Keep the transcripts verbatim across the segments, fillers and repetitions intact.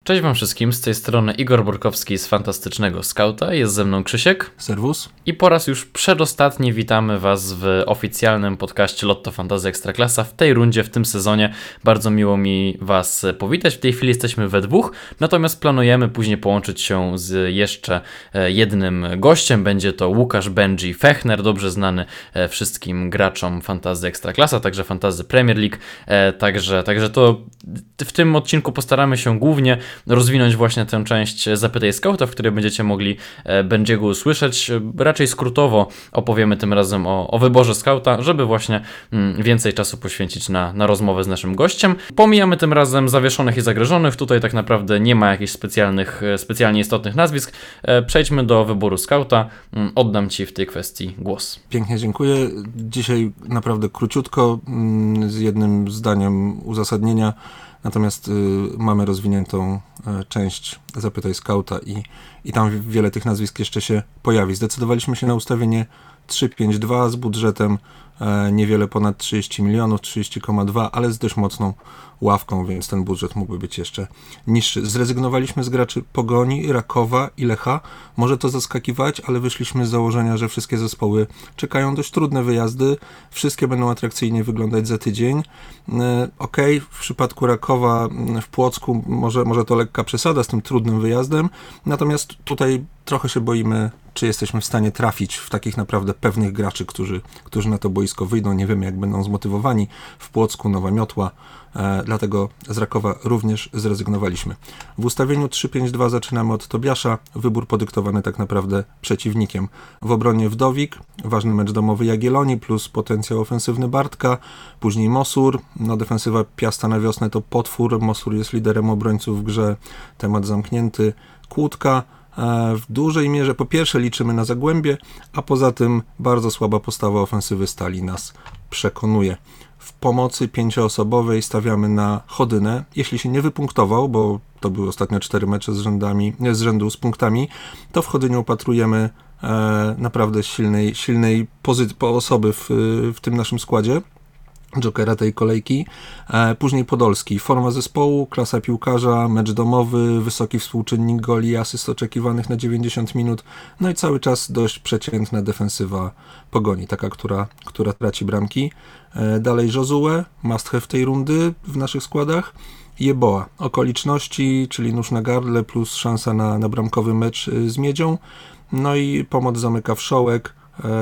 Cześć wam wszystkim, z tej strony Igor Borkowski z Fantastycznego Skauta, jest ze mną Krzysiek. Serwus. I po raz już przedostatni witamy was w oficjalnym podcaście Lotto Fantasy Ekstraklasa w tej rundzie, w tym sezonie. Bardzo miło mi was powitać, w tej chwili jesteśmy we dwóch, natomiast planujemy później połączyć się z jeszcze jednym gościem. Będzie to Łukasz Benji Fechner, dobrze znany wszystkim graczom Fantasy Ekstraklasa, także Fantasy Premier League, także, także to w tym odcinku postaramy się głównie rozwinąć właśnie tę część Zapytaj Skauta, w której będziecie mogli Benjiego usłyszeć. Raczej skrótowo opowiemy tym razem o, o wyborze skauta, żeby właśnie mm, więcej czasu poświęcić na, na rozmowę z naszym gościem. Pomijamy tym razem zawieszonych i zagrożonych. Tutaj tak naprawdę nie ma jakichś specjalnych, specjalnie istotnych nazwisk. Przejdźmy do wyboru skauta. Oddam ci w tej kwestii głos. Pięknie dziękuję. Dzisiaj naprawdę króciutko, z jednym zdaniem uzasadnienia. Natomiast y, mamy rozwiniętą y, część Zapytaj Skauta i, i tam wiele tych nazwisk jeszcze się pojawi. Zdecydowaliśmy się na ustawienie trzy pięć dwa z budżetem e, niewiele ponad trzydzieści milionów, trzydzieści przecinek dwa, ale z dość mocną ławką, więc ten budżet mógłby być jeszcze niższy. Zrezygnowaliśmy z graczy Pogoni, Rakowa i Lecha. Może to zaskakiwać, ale wyszliśmy z założenia, że wszystkie zespoły czekają dość trudne wyjazdy. Wszystkie będą atrakcyjnie wyglądać za tydzień. E, Okej, okay, w przypadku Rakowa w Płocku może, może to lekka przesada z tym trudnym wyjazdem, natomiast tutaj trochę się boimy, czy jesteśmy w stanie trafić w takich naprawdę pewnych graczy, którzy, którzy na to boisko wyjdą. Nie wiemy, jak będą zmotywowani. W Płocku nowa miotła, e, dlatego z Rakowa również zrezygnowaliśmy. W ustawieniu trzy pięć dwa zaczynamy od Tobiasza. Wybór podyktowany tak naprawdę przeciwnikiem. W obronie Wdowik, ważny mecz domowy Jagiellonii plus potencjał ofensywny Bartka. Później Mosur. No, defensywa Piasta na wiosnę to potwór. Mosur jest liderem obrońców w grze. Temat zamknięty. Kłódka. W dużej mierze po pierwsze liczymy na Zagłębie, a poza tym bardzo słaba postawa ofensywy Stali nas przekonuje. W pomocy pięcioosobowej stawiamy na Chodynę. Jeśli się nie wypunktował, bo to były ostatnio cztery mecze z, rzędami, z rzędu z punktami, to w Chodynie upatrujemy e, naprawdę silnej, silnej pozy- osoby w, w tym naszym składzie. Jokera tej kolejki. E, później Podolski. Forma zespołu, klasa piłkarza, mecz domowy, wysoki współczynnik goli, asyst oczekiwanych na dziewięćdziesiąt minut. No i cały czas dość przeciętna defensywa Pogoni, taka, która, która traci bramki. E, dalej Josue, must have tej rundy w naszych składach. Jeboa. Okoliczności, czyli nóż na gardle plus szansa na, na bramkowy mecz z Miedzią. No i pomoc zamyka Wszołek.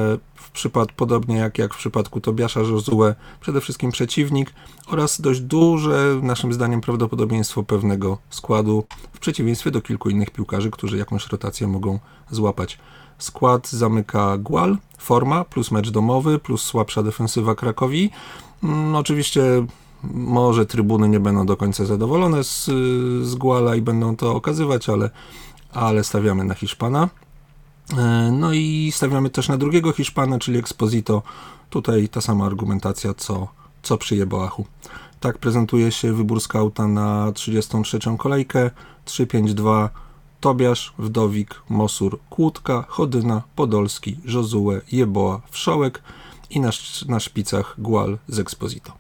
W przypadku, podobnie jak, jak w przypadku Tobiasza, Josue, przede wszystkim przeciwnik oraz dość duże, naszym zdaniem, prawdopodobieństwo pewnego składu w przeciwieństwie do kilku innych piłkarzy, którzy jakąś rotację mogą złapać. Skład zamyka Gwal, forma plus mecz domowy plus słabsza defensywa Krakowi. No, oczywiście może trybuny nie będą do końca zadowolone z, z Gwala i będą to okazywać, ale, ale stawiamy na Hiszpana. No i stawiamy też na drugiego Hiszpana, czyli Exposito. Tutaj ta sama argumentacja, co, co przy Jeboachu. Tak prezentuje się wybór skauta na trzydziestą trzecią kolejkę. trzy pięć dwa, Tobiasz, Wdowik, Mosur, Kłódka, Chodyna, Podolski, Josue, Jeboa, Wszołek i na, na szpicach Gwal z Exposito.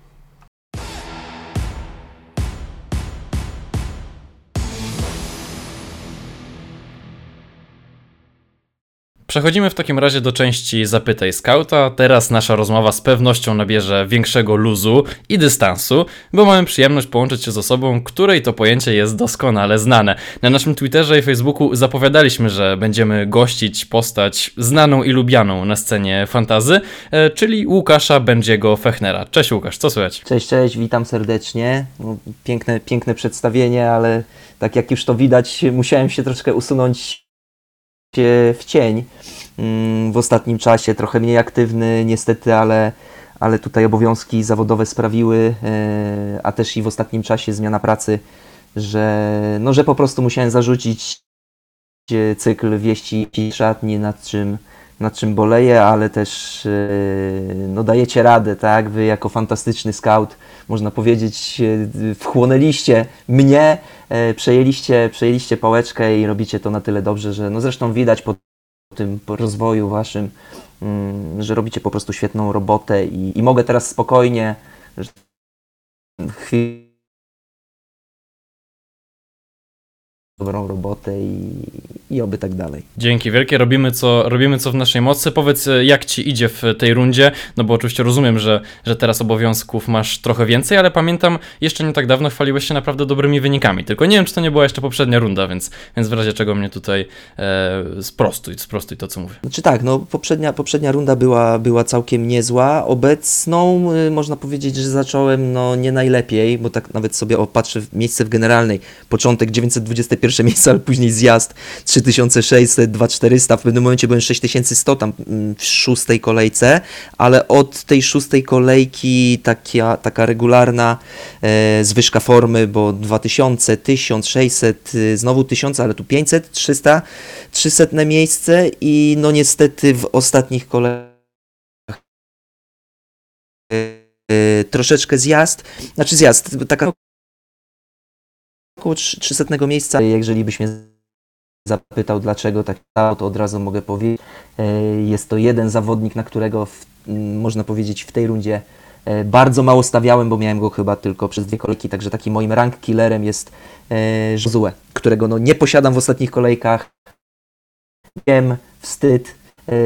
Przechodzimy w takim razie do części Zapytaj Skauta. Teraz nasza rozmowa z pewnością nabierze większego luzu i dystansu, bo mamy przyjemność połączyć się z osobą, której to pojęcie jest doskonale znane. Na naszym Twitterze i Facebooku zapowiadaliśmy, że będziemy gościć postać znaną i lubianą na scenie fantasy, czyli Łukasza Benjiego Fechnera. Cześć Łukasz, co słychać? Cześć, cześć, witam serdecznie. No, piękne, piękne przedstawienie, ale tak jak już to widać, musiałem się troszkę usunąć w cień w ostatnim czasie, trochę mniej aktywny niestety, ale, ale tutaj obowiązki zawodowe sprawiły, a też i w ostatnim czasie zmiana pracy, że, no, że po prostu musiałem zarzucić cykl wieści z szatni, nad czym, nad czym boleję, ale też no, dajecie radę, tak? Wy jako fantastyczny scout, można powiedzieć, wchłonęliście mnie, przejęliście, przejęliście pałeczkę i robicie to na tyle dobrze, że no zresztą widać po tym po rozwoju waszym, że robicie po prostu świetną robotę i, i mogę teraz spokojnie chwilę dobrą robotę i, i oby tak dalej. Dzięki wielkie, robimy co, robimy co w naszej mocy. Powiedz, jak ci idzie w tej rundzie, no bo oczywiście rozumiem, że, że teraz obowiązków masz trochę więcej, ale pamiętam, jeszcze nie tak dawno chwaliłeś się naprawdę dobrymi wynikami, tylko nie wiem, czy to nie była jeszcze poprzednia runda, więc, więc w razie czego mnie tutaj e, sprostuj, sprostuj to, co mówię. Znaczy tak, no poprzednia, poprzednia runda była, była całkiem niezła, obecną y, można powiedzieć, że zacząłem no nie najlepiej, bo tak nawet sobie opatrzę w miejsce w generalnej, początek dziewięćset dwudzieste pierwsze miejsce, ale później zjazd trzy tysiące sześćset, dwa tysiące czterysta, w pewnym momencie byłem sześć tysięcy sto tam w szóstej kolejce, ale od tej szóstej kolejki taka, taka regularna e, zwyżka formy, bo dwa tysiące, tysiąc, sześćset, znowu tysiąc, ale tu pięćset, trzysta, trzysta miejsce i no niestety w ostatnich kolejkach e, e, troszeczkę zjazd, znaczy zjazd, taka około trzysta miejsca, jeżeli byś mnie zapytał dlaczego tak stało, to od razu mogę powiedzieć, jest to jeden zawodnik, na którego w, można powiedzieć w tej rundzie bardzo mało stawiałem, bo miałem go chyba tylko przez dwie kolejki, także takim moim rank killerem jest Josue, którego no nie posiadam w ostatnich kolejkach. Wiem, wstyd,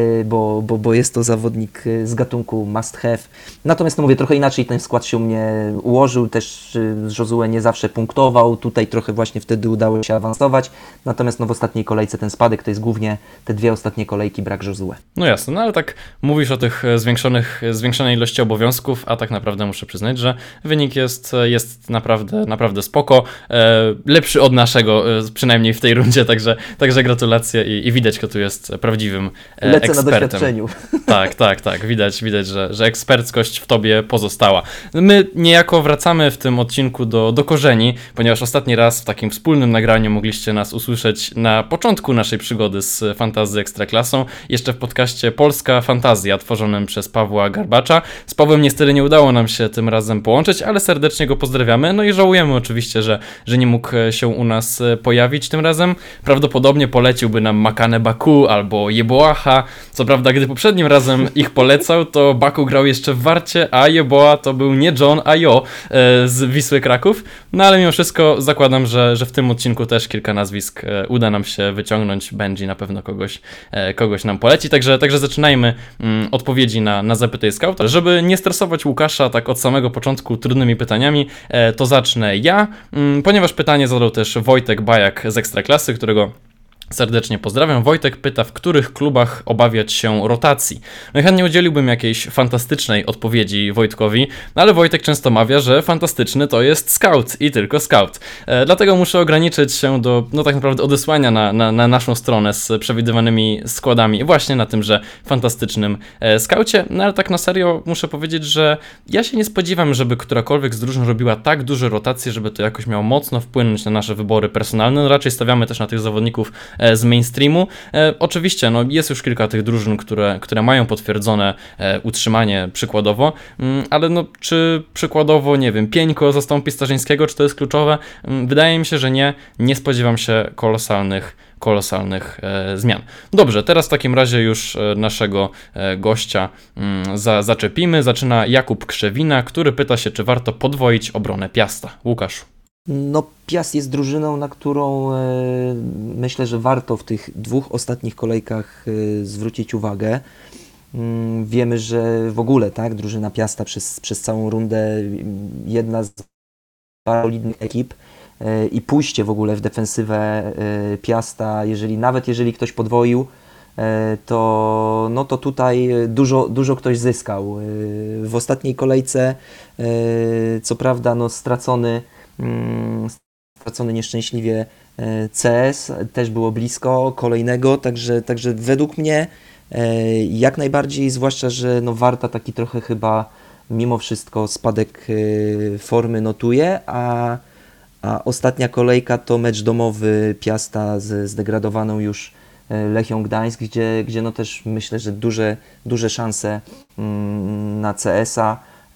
bo, bo, bo jest to zawodnik z gatunku must have. Natomiast no mówię, trochę inaczej ten skład się u mnie ułożył, też Josue nie zawsze punktował, tutaj trochę właśnie wtedy udało się awansować, natomiast no w ostatniej kolejce ten spadek to jest głównie te dwie ostatnie kolejki, brak Josue. No jasne, no ale tak mówisz o tych zwiększonych, zwiększonej ilości obowiązków, a tak naprawdę muszę przyznać, że wynik jest, jest naprawdę, naprawdę spoko, e, lepszy od naszego, e, przynajmniej w tej rundzie, także, także gratulacje i, i widać, kto tu jest prawdziwym e, Lecę ekspertem. na doświadczeniu. Tak, tak, tak. Widać, widać, że, że eksperckość w tobie pozostała. My niejako wracamy w tym odcinku do, do korzeni, ponieważ ostatni raz w takim wspólnym nagraniu mogliście nas usłyszeć na początku naszej przygody z Fantasy Ekstraklasą, jeszcze w podcaście Polska Fantazja, tworzonym przez Pawła Garbacza. Z Pawłem niestety nie udało nam się tym razem połączyć, ale serdecznie go pozdrawiamy. No i żałujemy oczywiście, że, że nie mógł się u nas pojawić tym razem. Prawdopodobnie poleciłby nam Makane Baku albo Jeboaha. Co prawda, gdy poprzednim razem ich polecał, to Baku grał jeszcze w Warcie, a Jeboa to był nie John, a Jo e, z Wisły Kraków. No ale mimo wszystko zakładam, że, że w tym odcinku też kilka nazwisk e, uda nam się wyciągnąć. Benji na pewno kogoś, e, kogoś nam poleci. Także, także zaczynajmy mm, odpowiedzi na, na Zapytaj Skauta. Żeby nie stresować Łukasza tak od samego początku trudnymi pytaniami, e, to zacznę ja, mm, ponieważ pytanie zadał też Wojtek Bajak z Ekstraklasy, którego serdecznie pozdrawiam. Wojtek pyta, w których klubach obawiać się rotacji. No i chętnie udzieliłbym jakiejś fantastycznej odpowiedzi Wojtkowi, no ale Wojtek często mawia, że fantastyczny to jest scout i tylko scout. E, dlatego muszę ograniczyć się do, no tak naprawdę odesłania na, na, na naszą stronę z przewidywanymi składami właśnie na tymże fantastycznym e, skaucie. No ale tak na serio muszę powiedzieć, że ja się nie spodziewam, żeby którakolwiek z drużyn robiła tak duże rotacje, żeby to jakoś miało mocno wpłynąć na nasze wybory personalne. No raczej stawiamy też na tych zawodników z mainstreamu. E, oczywiście no, jest już kilka tych drużyn, które, które mają potwierdzone e, utrzymanie przykładowo, mm, ale no, czy przykładowo, nie wiem, Pieńko zastąpi Starzyńskiego, czy to jest kluczowe? Mm, wydaje mi się, że nie. Nie spodziewam się kolosalnych kolosalnych e, zmian. Dobrze, teraz w takim razie już e, naszego e, gościa mm, za, zaczepimy. Zaczyna Jakub Krzewina, który pyta się, czy warto podwoić obronę Piasta. Łukasz. No, Piast jest drużyną, na którą e, myślę, że warto w tych dwóch ostatnich kolejkach e, zwrócić uwagę. Mm, wiemy, że w ogóle tak, drużyna Piasta przez, przez całą rundę jedna z bardzo solidnych ekip e, i pójście w ogóle w defensywę e, Piasta, jeżeli nawet jeżeli ktoś podwoił, e, to, no to tutaj dużo, dużo ktoś zyskał. E, w ostatniej kolejce e, co prawda no, stracony stracony nieszczęśliwie C S, też było blisko kolejnego, także, także według mnie jak najbardziej, zwłaszcza, że no Warta taki trochę chyba mimo wszystko spadek formy notuje, a, a ostatnia kolejka to mecz domowy Piasta z zdegradowaną już Lechią Gdańsk, gdzie, gdzie no też myślę, że duże, duże szanse na C S a.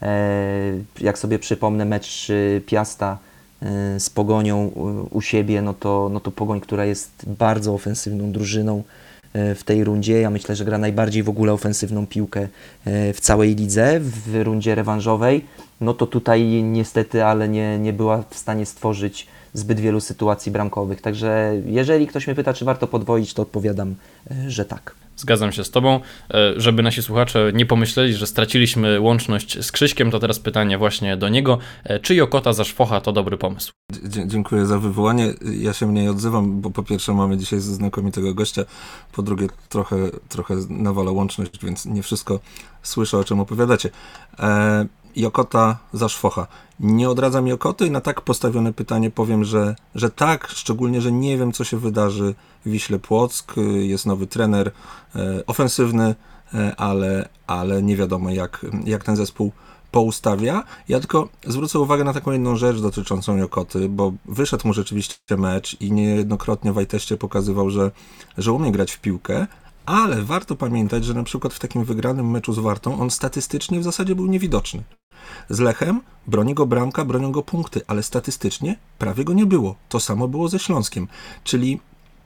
Jak sobie przypomnę mecz Piasta z Pogonią u siebie, no to, no to Pogoń, która jest bardzo ofensywną drużyną w tej rundzie. Ja myślę, że gra najbardziej w ogóle ofensywną piłkę w całej lidze, w rundzie rewanżowej. No to tutaj niestety, ale nie, nie była w stanie stworzyć zbyt wielu sytuacji bramkowych. Także jeżeli ktoś mnie pyta, czy warto podwoić, to odpowiadam, że tak. Zgadzam się z Tobą. Żeby nasi słuchacze nie pomyśleli, że straciliśmy łączność z Krzyśkiem, to teraz pytanie właśnie do niego. Czy Jokota za Szwocha to dobry pomysł? Dzie- dziękuję za wywołanie. Ja się mniej odzywam, bo po pierwsze mamy dzisiaj znakomitego gościa, po drugie trochę, trochę nawala łączność, więc nie wszystko słyszę, o czym opowiadacie. E, Jokota za Szwocha. Nie odradzam Jokoty i na tak postawione pytanie powiem, że, że tak, szczególnie, że nie wiem, co się wydarzy w Wiśle Płock. Jest nowy trener e, ofensywny, e, ale, ale nie wiadomo, jak, jak ten zespół poustawia. Ja tylko zwrócę uwagę na taką jedną rzecz dotyczącą Jokoty, bo wyszedł mu rzeczywiście mecz i niejednokrotnie w Ajteście pokazywał, że, że umie grać w piłkę, ale warto pamiętać, że na przykład w takim wygranym meczu z Wartą on statystycznie w zasadzie był niewidoczny. Z Lechem broni go bramka, bronią go punkty, ale statystycznie prawie go nie było. To samo było ze Śląskiem, czyli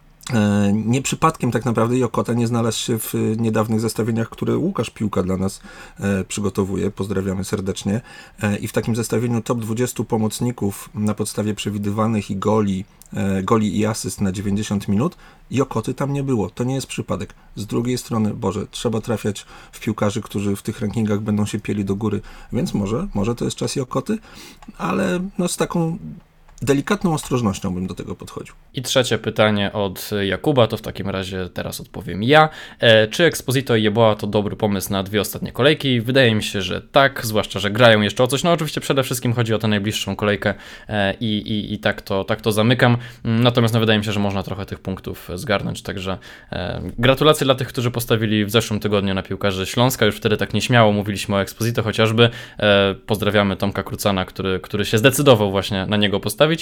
e, nie przypadkiem tak naprawdę Jokota nie znalazł się w niedawnych zestawieniach, które Łukasz Piłka dla nas e, przygotowuje. Pozdrawiamy serdecznie. E, I w takim zestawieniu top dwudziestu pomocników na podstawie przewidywanych i goli, e, goli i asyst na dziewięćdziesiąt minut, Jokoty tam nie było. To nie jest przypadek. Z drugiej strony, Boże, trzeba trafiać w piłkarzy, którzy w tych rankingach będą się pieli do góry, więc może, może to jest czas Jokoty, ale no z taką delikatną ostrożnością bym do tego podchodził. I trzecie pytanie od Jakuba, to w takim razie teraz odpowiem ja. E, czy Exposito i Jeboa to dobry pomysł na dwie ostatnie kolejki? Wydaje mi się, że tak, zwłaszcza, że grają jeszcze o coś. No oczywiście przede wszystkim chodzi o tę najbliższą kolejkę e, i, i, i tak, to, tak to zamykam. Natomiast no, wydaje mi się, że można trochę tych punktów zgarnąć, także e, gratulacje dla tych, którzy postawili w zeszłym tygodniu na piłkarzy Śląska. Już wtedy tak nieśmiało mówiliśmy o Exposito chociażby. E, pozdrawiamy Tomka Krucana, który, który się zdecydował właśnie na niego postawić.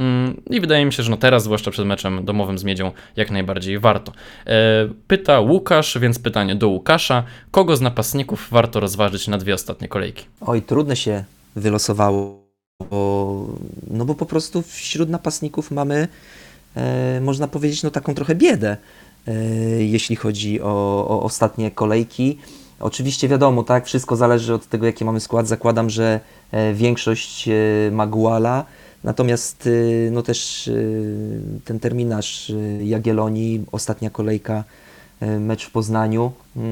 I wydaje mi się, że no teraz, zwłaszcza przed meczem domowym z Miedzią, jak najbardziej warto. Pyta Łukasz, więc pytanie do Łukasza. Kogo z napastników warto rozważyć na dwie ostatnie kolejki? Oj, trudne się wylosowało, bo, no bo po prostu wśród napastników mamy, e, można powiedzieć, no taką trochę biedę, e, jeśli chodzi o, o ostatnie kolejki. Oczywiście wiadomo, tak, wszystko zależy od tego, jaki mamy skład. Zakładam, że e, większość e, ma Guala. Natomiast no też ten terminarz Jagiellonii, ostatnia kolejka, mecz w Poznaniu,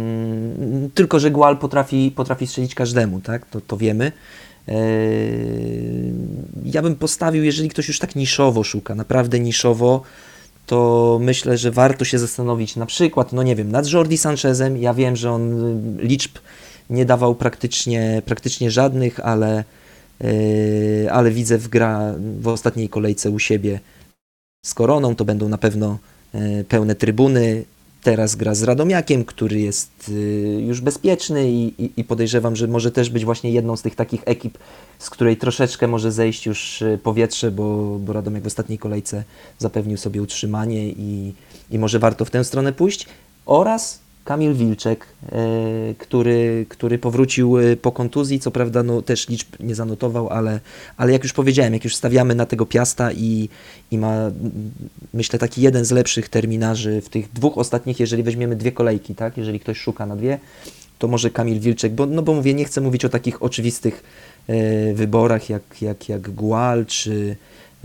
tylko że Gual potrafi, potrafi strzelić każdemu, tak? To, to wiemy. Ja bym postawił, jeżeli ktoś już tak niszowo szuka, naprawdę niszowo, to myślę, że warto się zastanowić na przykład, no nie wiem, nad Jordi Sanchezem. Ja wiem, że on liczb nie dawał praktycznie, praktycznie żadnych, ale Yy, ale widzę w gra w ostatniej kolejce u siebie z Koroną, to będą na pewno yy, pełne trybuny. Teraz gra z Radomiakiem, który jest yy, już bezpieczny i, i, i podejrzewam, że może też być właśnie jedną z tych takich ekip, z której troszeczkę może zejść już powietrze, bo, bo Radomiak w ostatniej kolejce zapewnił sobie utrzymanie i, i może warto w tę stronę pójść. Oraz Kamil Wilczek, e, który, który powrócił po kontuzji, co prawda no, też liczb nie zanotował, ale, ale jak już powiedziałem, jak już stawiamy na tego Piasta i, i ma, myślę, taki jeden z lepszych terminarzy w tych dwóch ostatnich, jeżeli weźmiemy dwie kolejki, tak, jeżeli ktoś szuka na dwie, to może Kamil Wilczek, bo, no bo mówię, nie chcę mówić o takich oczywistych e, wyborach jak, jak, jak Gual czy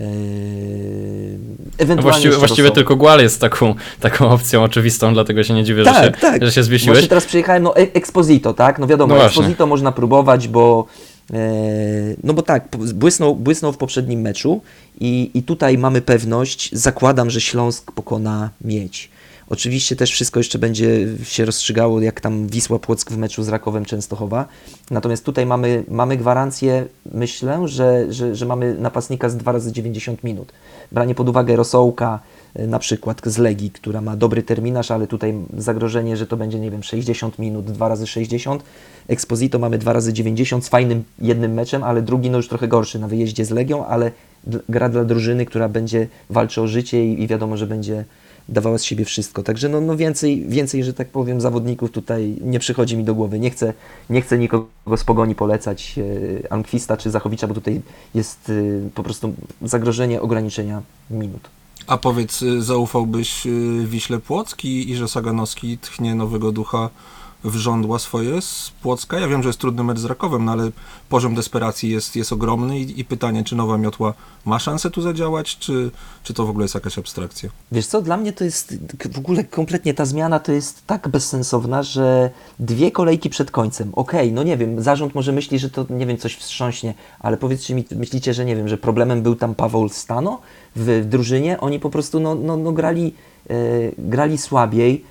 ewentualnie no właściwie, właściwie tylko Gual jest taką, taką opcją oczywistą, dlatego się nie dziwię, tak, że, się, tak. że się zwiesiłeś. Właśnie teraz przyjechałem, no Exposito, tak? No wiadomo, no Exposito można próbować, bo e, no bo tak, błysnął, błysnął w poprzednim meczu i, i tutaj mamy pewność, zakładam, że Śląsk pokona Miedź. Oczywiście też wszystko jeszcze będzie się rozstrzygało, jak tam Wisła Płock w meczu z Rakowem Częstochowa. Natomiast tutaj mamy, mamy gwarancję, myślę, że, że, że mamy napastnika z dwa razy dziewięćdziesiąt minut. Branie pod uwagę Rosołka na przykład z Legii, która ma dobry terminarz, ale tutaj zagrożenie, że to będzie, nie wiem, sześćdziesiąt minut, dwa razy sześćdziesiąt. Exposito mamy dwa razy dziewięćdziesiąt z fajnym jednym meczem, ale drugi no już trochę gorszy na wyjeździe z Legią, ale gra dla drużyny, która będzie walczy o życie i, i wiadomo, że będzie dawała z siebie wszystko. Także no, no więcej, więcej, że tak powiem, zawodników tutaj nie przychodzi mi do głowy. Nie chcę, nie chcę nikogo z Pogoni polecać, e, Almquista czy Zachowicza, bo tutaj jest e, po prostu zagrożenie ograniczenia minut. A powiedz, zaufałbyś Wiśle Płock i, i że Saganowski tchnie nowego ducha wrządła swoje z Płocka. Ja wiem, że jest trudny mecz z Rakowem, no ale poziom desperacji jest, jest ogromny i, i pytanie, czy nowa miotła ma szansę tu zadziałać, czy, czy to w ogóle jest jakaś abstrakcja? Wiesz co, dla mnie to jest w ogóle kompletnie ta zmiana to jest tak bezsensowna, że dwie kolejki przed końcem, okej, okay, no nie wiem, zarząd może myśli, że to, nie wiem, coś wstrząśnie, ale powiedzcie mi, myślicie, że nie wiem, że problemem był tam Paweł Stano w, w drużynie? Oni po prostu, no, no, no grali, e, grali słabiej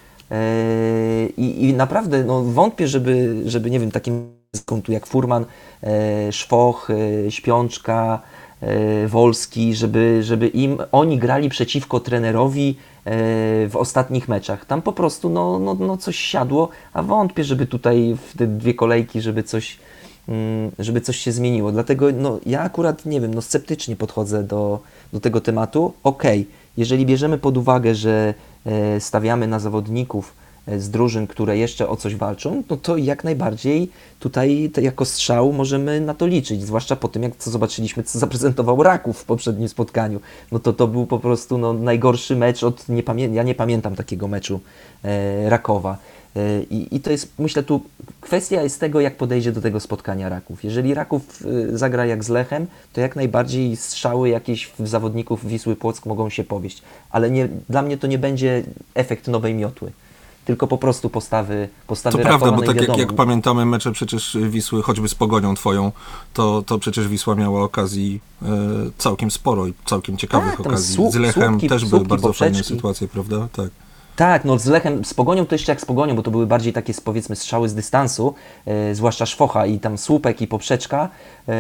e, i, i naprawdę, no wątpię, żeby, żeby nie wiem, takim tu jak Furman, e, Szwoch, e, Śpiączka, Wolski, żeby, żeby im oni grali przeciwko trenerowi w ostatnich meczach. Tam po prostu no, no, no coś siadło, a wątpię, żeby tutaj w te dwie kolejki, żeby coś, żeby coś się zmieniło. Dlatego no, ja akurat, nie wiem, no sceptycznie podchodzę do, do tego tematu. Okej, okay, jeżeli bierzemy pod uwagę, że stawiamy na zawodników z drużyn, które jeszcze o coś walczą, no to jak najbardziej tutaj jako strzał możemy na to liczyć, zwłaszcza po tym, jak co zobaczyliśmy, co zaprezentował Raków w poprzednim spotkaniu. No to to był po prostu no, najgorszy mecz od, nie pamię- ja nie pamiętam takiego meczu e, Rakowa. E, i, I to jest, myślę, tu kwestia jest tego, jak podejdzie do tego spotkania Raków. Jeżeli Raków e, zagra jak z Lechem, to jak najbardziej strzały jakieś w zawodników Wisły Płock mogą się powieść. Ale nie, dla mnie to nie będzie efekt nowej miotły. Tylko po prostu postawy, postawy To Rakowa, prawda, bo no tak jak, jak pamiętamy mecze przecież Wisły, choćby z Pogonią twoją, to, to przecież Wisła miała okazji e, całkiem sporo i całkiem ciekawych tak, okazji. słup, z Lechem słupki, też słupki, były bardzo poprzeczki. fajne sytuacje, prawda? Tak. Tak, no z Lechem, z Pogonią to jeszcze jak z Pogonią, bo to były bardziej takie, powiedzmy, strzały z dystansu, e, zwłaszcza Szwocha i tam słupek i poprzeczka, e,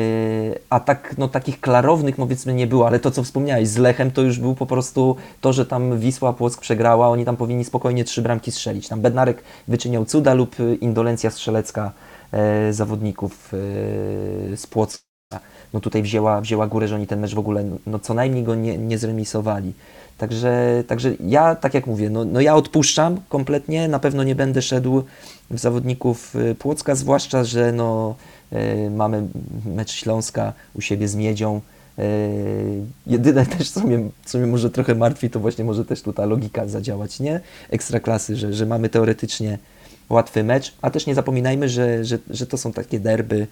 a tak, no takich klarownych, powiedzmy, nie było, ale to, co wspomniałeś, z Lechem to już był po prostu to, że tam Wisła Płock przegrała, oni tam powinni spokojnie trzy bramki strzelić. Tam Bednarek wyczyniał cuda lub indolencja strzelecka e, zawodników e, z Płocka. No tutaj wzięła, wzięła górę, że oni ten mecz w ogóle, no co najmniej go nie, nie zremisowali. Także, także ja, tak jak mówię, no, no ja odpuszczam kompletnie, na pewno nie będę szedł w zawodników Płocka, zwłaszcza, że no, y, mamy mecz Śląska u siebie z Miedzią. Y, jedyne też, co mnie, co mnie może trochę martwi, to właśnie może też tu ta logika zadziałać, nie? Ekstraklasy, że, że mamy teoretycznie łatwy mecz, a też nie zapominajmy, że, że, że to są takie derby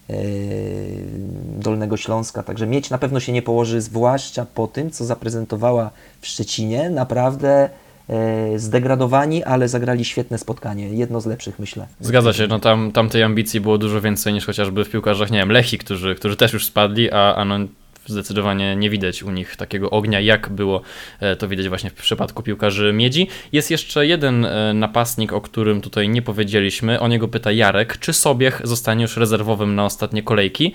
Dolnego Śląska, także Miedź na pewno się nie położy, zwłaszcza po tym, co zaprezentowała w Szczecinie, naprawdę e, zdegradowani, ale zagrali świetne spotkanie, jedno z lepszych, myślę. Zgadza się, no tam, tam tej ambicji było dużo więcej niż chociażby w piłkarzach, nie wiem, Lechi, którzy, którzy też już spadli, a, a no zdecydowanie nie widać u nich takiego ognia, jak było to widać właśnie w przypadku piłkarzy Miedzi. Jest jeszcze jeden napastnik, o którym tutaj nie powiedzieliśmy. O niego pyta Jarek, czy Sobiech zostanie już rezerwowym na ostatnie kolejki.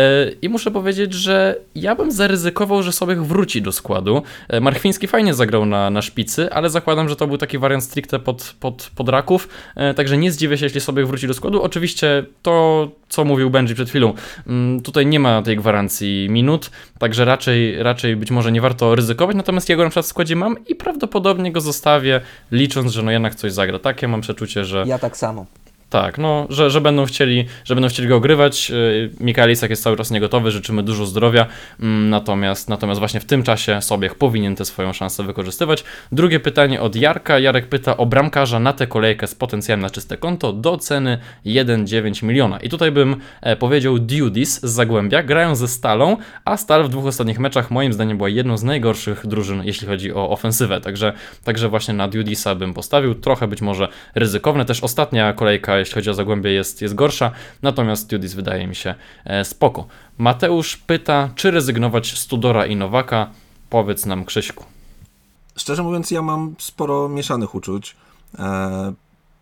I muszę powiedzieć, że ja bym zaryzykował, że Sobiech wróci do składu. Marchwiński fajnie zagrał na, na szpicy, ale zakładam, że to był taki wariant stricte pod, pod, pod Raków, także nie zdziwię się, jeśli Sobiech wróci do składu. Oczywiście to, co mówił Benji przed chwilą, tutaj nie ma tej gwarancji minut, także raczej, raczej być może nie warto ryzykować, natomiast ja go na przykład w składzie mam i prawdopodobnie go zostawię, licząc, że no jednak coś zagra. Takie mam przeczucie, że... Ja tak samo. Tak, no, że, że, będą chcieli, że będą chcieli go ogrywać. Mikael Isak jest cały czas niegotowy, życzymy dużo zdrowia, natomiast, natomiast właśnie w tym czasie Sobiech powinien tę swoją szansę wykorzystywać. Drugie pytanie od Jarka. Jarek pyta o bramkarza na tę kolejkę z potencjałem na czyste konto do ceny jeden przecinek dziewięć miliona. I tutaj bym powiedział Dudis z Zagłębia, grają ze Stalą, a Stal w dwóch ostatnich meczach moim zdaniem była jedną z najgorszych drużyn, jeśli chodzi o ofensywę, także, także właśnie na Dudisa bym postawił, trochę być może ryzykowne, też ostatnia kolejka jeśli chodzi o Zagłębie jest, jest gorsza, natomiast Dudis wydaje mi się e, spoko. Mateusz pyta, czy rezygnować z Tudora i Nowaka? Powiedz nam, Krzyśku. Szczerze mówiąc, ja mam sporo mieszanych uczuć. E,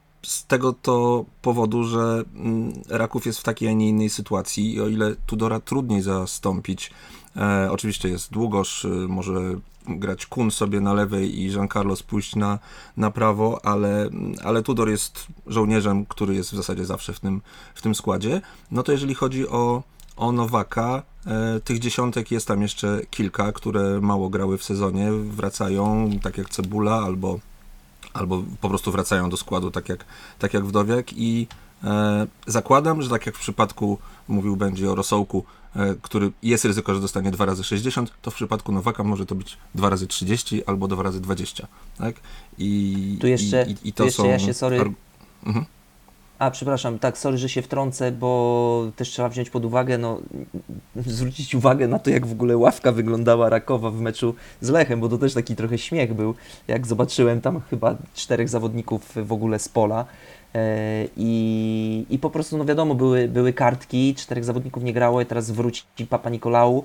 z tego to powodu, że mm, Raków jest w takiej, a nie innej sytuacji i o ile Tudora trudniej zastąpić, e, oczywiście jest Długosz, y, może grać Kun sobie na lewej i Jean Carlos pójść na, na prawo, ale, ale Tudor jest żołnierzem, który jest w zasadzie zawsze w tym, w tym składzie. No to jeżeli chodzi o, o Nowaka, e, tych dziesiątek jest tam jeszcze kilka, które mało grały w sezonie, wracają, tak jak Cebula, albo, albo po prostu wracają do składu, tak jak, tak jak Wdowiak i e, zakładam, że tak jak w przypadku, mówił będzie o Rosołku, który jest ryzyko, że dostanie dwa razy sześćdziesiąt, to w przypadku Nowaka może to być dwa razy trzydzieści albo dwa razy dwadzieścia. Tak? I, tu jeszcze, i, i to tu jeszcze są... ja się, sorry, Mhm. A, przepraszam, tak, sorry, że się wtrącę, bo też trzeba wziąć pod uwagę, no, zwrócić uwagę na to, jak w ogóle ławka wyglądała Rakowa w meczu z Lechem, bo to też taki trochę śmiech był, jak zobaczyłem tam chyba czterech zawodników w ogóle z pola e, i, i po prostu, no wiadomo, były, były kartki, czterech zawodników nie grało i teraz wróci Papa Nikolału,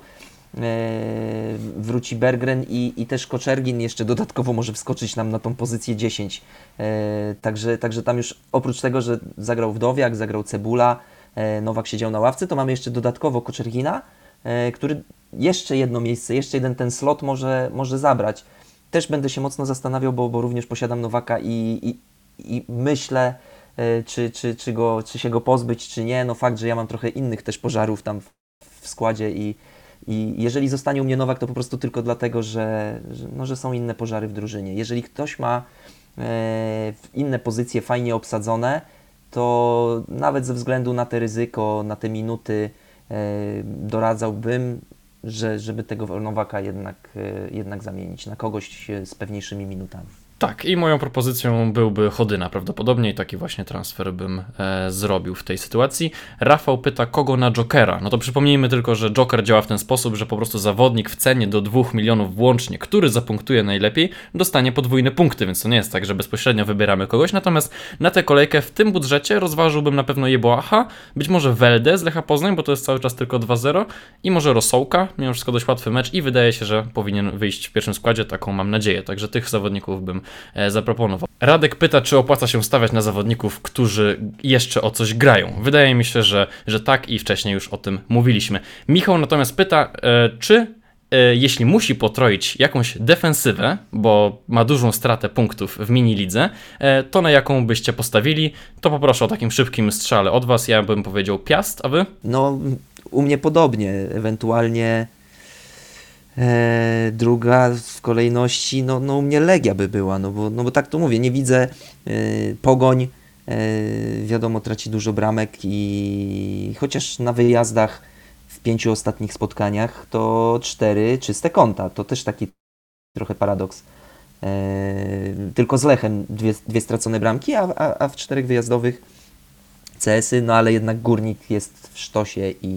e, wróci Berggren i, i też Koczergin jeszcze dodatkowo może wskoczyć nam na tą pozycję dziesięć. E, także, także tam już oprócz tego, że zagrał Wdowiak, zagrał Cebula, e, Nowak siedział na ławce, to mamy jeszcze dodatkowo Koczergina, e, który jeszcze jedno miejsce, jeszcze jeden ten slot może, może zabrać. Też będę się mocno zastanawiał, bo, bo również posiadam Nowaka i, i, i myślę, e, czy, czy, czy, go, czy się go pozbyć, czy nie. No fakt, że ja mam trochę innych też pożarów tam w, w składzie i I jeżeli zostanie u mnie Nowak, to po prostu tylko dlatego, że, że, no, że są inne pożary w drużynie. Jeżeli ktoś ma e, inne pozycje fajnie obsadzone, to nawet ze względu na te ryzyko, na te minuty e, doradzałbym, że, żeby tego Nowaka jednak, e, jednak zamienić na kogoś z pewniejszymi minutami. Tak, i moją propozycją byłby Chodyna prawdopodobnie i taki właśnie transfer bym e, zrobił w tej sytuacji. Rafał pyta, kogo na Jokera? No to przypomnijmy tylko, że Joker działa w ten sposób, że po prostu zawodnik w cenie do dwóch milionów włącznie, który zapunktuje najlepiej, dostanie podwójne punkty, więc to nie jest tak, że bezpośrednio wybieramy kogoś, natomiast na tę kolejkę w tym budżecie rozważyłbym na pewno Jeboaha, być może Weldę z Lecha Poznań, bo to jest cały czas tylko dwa zero i może Rosołka, mimo wszystko dość łatwy mecz i wydaje się, że powinien wyjść w pierwszym składzie, taką mam nadzieję, także tych zawodników bym zaproponował. Radek pyta, czy opłaca się stawiać na zawodników, którzy jeszcze o coś grają. Wydaje mi się, że, że tak i wcześniej już o tym mówiliśmy. Michał natomiast pyta, e, czy e, jeśli musi potroić jakąś defensywę, bo ma dużą stratę punktów w mini-lidze, e, to na jaką byście postawili? To poproszę o takim szybkim strzale od was. Ja bym powiedział Piast, a wy? No, u mnie podobnie, ewentualnie E, druga w kolejności, no, no u mnie Legia by była, no bo, no bo tak to mówię, nie widzę e, Pogoń, e, wiadomo, traci dużo bramek i chociaż na wyjazdach w pięciu ostatnich spotkaniach to cztery czyste konta, to też taki trochę paradoks. E, tylko z Lechem dwie, dwie stracone bramki, a, a, a w czterech wyjazdowych C S y, no ale jednak Górnik jest w sztosie i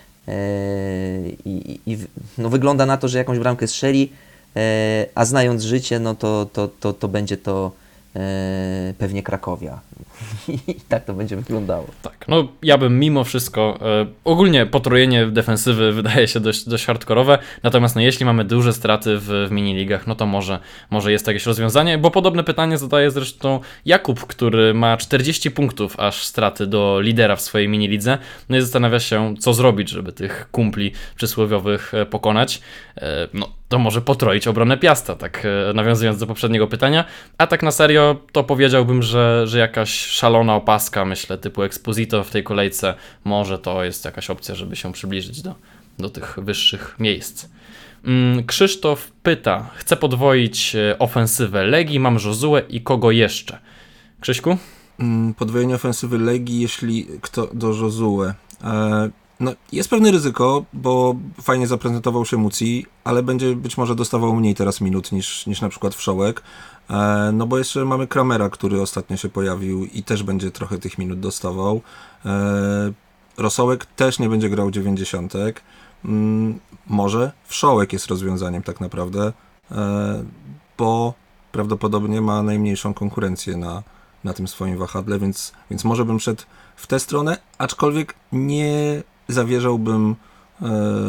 I, i no wygląda na to, że jakąś bramkę strzeli, a znając życie, no to, to, to, to będzie to pewnie Krakowia. I tak to będzie wyglądało. Tak, no ja bym mimo wszystko, e, ogólnie potrojenie defensywy wydaje się dość, dość hardkorowe, natomiast no, jeśli mamy duże straty w, w miniligach, no to może, może jest jakieś rozwiązanie, bo podobne pytanie zadaje zresztą Jakub, który ma czterdzieści punktów aż straty do lidera w swojej minilidze, no i zastanawia się, co zrobić, żeby tych kumpli przysłowiowych pokonać. E, no to może potroić obronę Piasta, tak e, nawiązując do poprzedniego pytania, a tak na serio to powiedziałbym, że, że jakaś szalona opaska, myślę, typu Exposito w tej kolejce, może to jest jakaś opcja, żeby się przybliżyć do, do tych wyższych miejsc. Mm, Krzysztof pyta, chcę podwoić ofensywę Legii, mam Josuę i kogo jeszcze? Krzyśku? Podwojenie ofensywy Legii, jeśli kto do Josue. E, no, jest pewne ryzyko, bo fajnie zaprezentował się Muci, ale będzie być może dostawał mniej teraz minut niż, niż na przykład Wszołek. E, no bo jeszcze mamy Kramera, który ostatnio się pojawił i też będzie trochę tych minut dostawał. E, Rosołek też nie będzie grał dziewięćdziesiątek. Mm, może Wszołek jest rozwiązaniem tak naprawdę, e, bo prawdopodobnie ma najmniejszą konkurencję na, na tym swoim wahadle, więc, więc może bym szedł w tę stronę, aczkolwiek nie zawierzałbym e,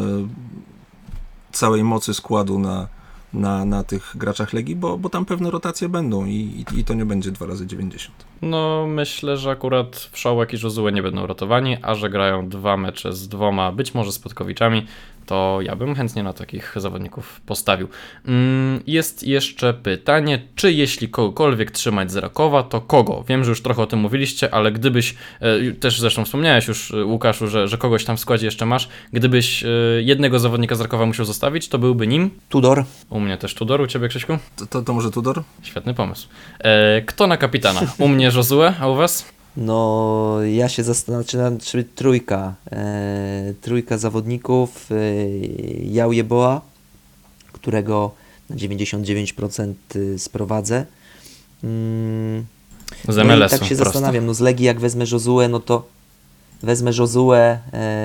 całej mocy składu na, na, na tych graczach Legii, bo, bo tam pewne rotacje będą i, i, i to nie będzie dwa razy dziewięćdziesiąt. No myślę, że akurat Wszołek i Josue nie będą rotowani, a że grają dwa mecze z dwoma, być może Spotkowiczami, to ja bym chętnie na takich zawodników postawił. Jest jeszcze pytanie, czy jeśli kogokolwiek trzymać z Rakowa, to kogo? Wiem, że już trochę o tym mówiliście, ale gdybyś, też zresztą wspomniałeś już, Łukaszu, że, że kogoś tam w składzie jeszcze masz, gdybyś jednego zawodnika z Rakowa musiał zostawić, to byłby nim? Tudor. U mnie też Tudor, u ciebie, Krzyśku? To, to, to może Tudor? Świetny pomysł. Kto na kapitana? U mnie Josue, a u was? No, ja się zastanawiam, czy trójka, e, trójka zawodników, e, Jał Jeboa, którego na dziewięćdziesiąt dziewięć procent sprowadzę. Mm, Z No M i L S-u tak się prosto. zastanawiam, no z Legii jak wezmę Josue, no to wezmę Josue, e,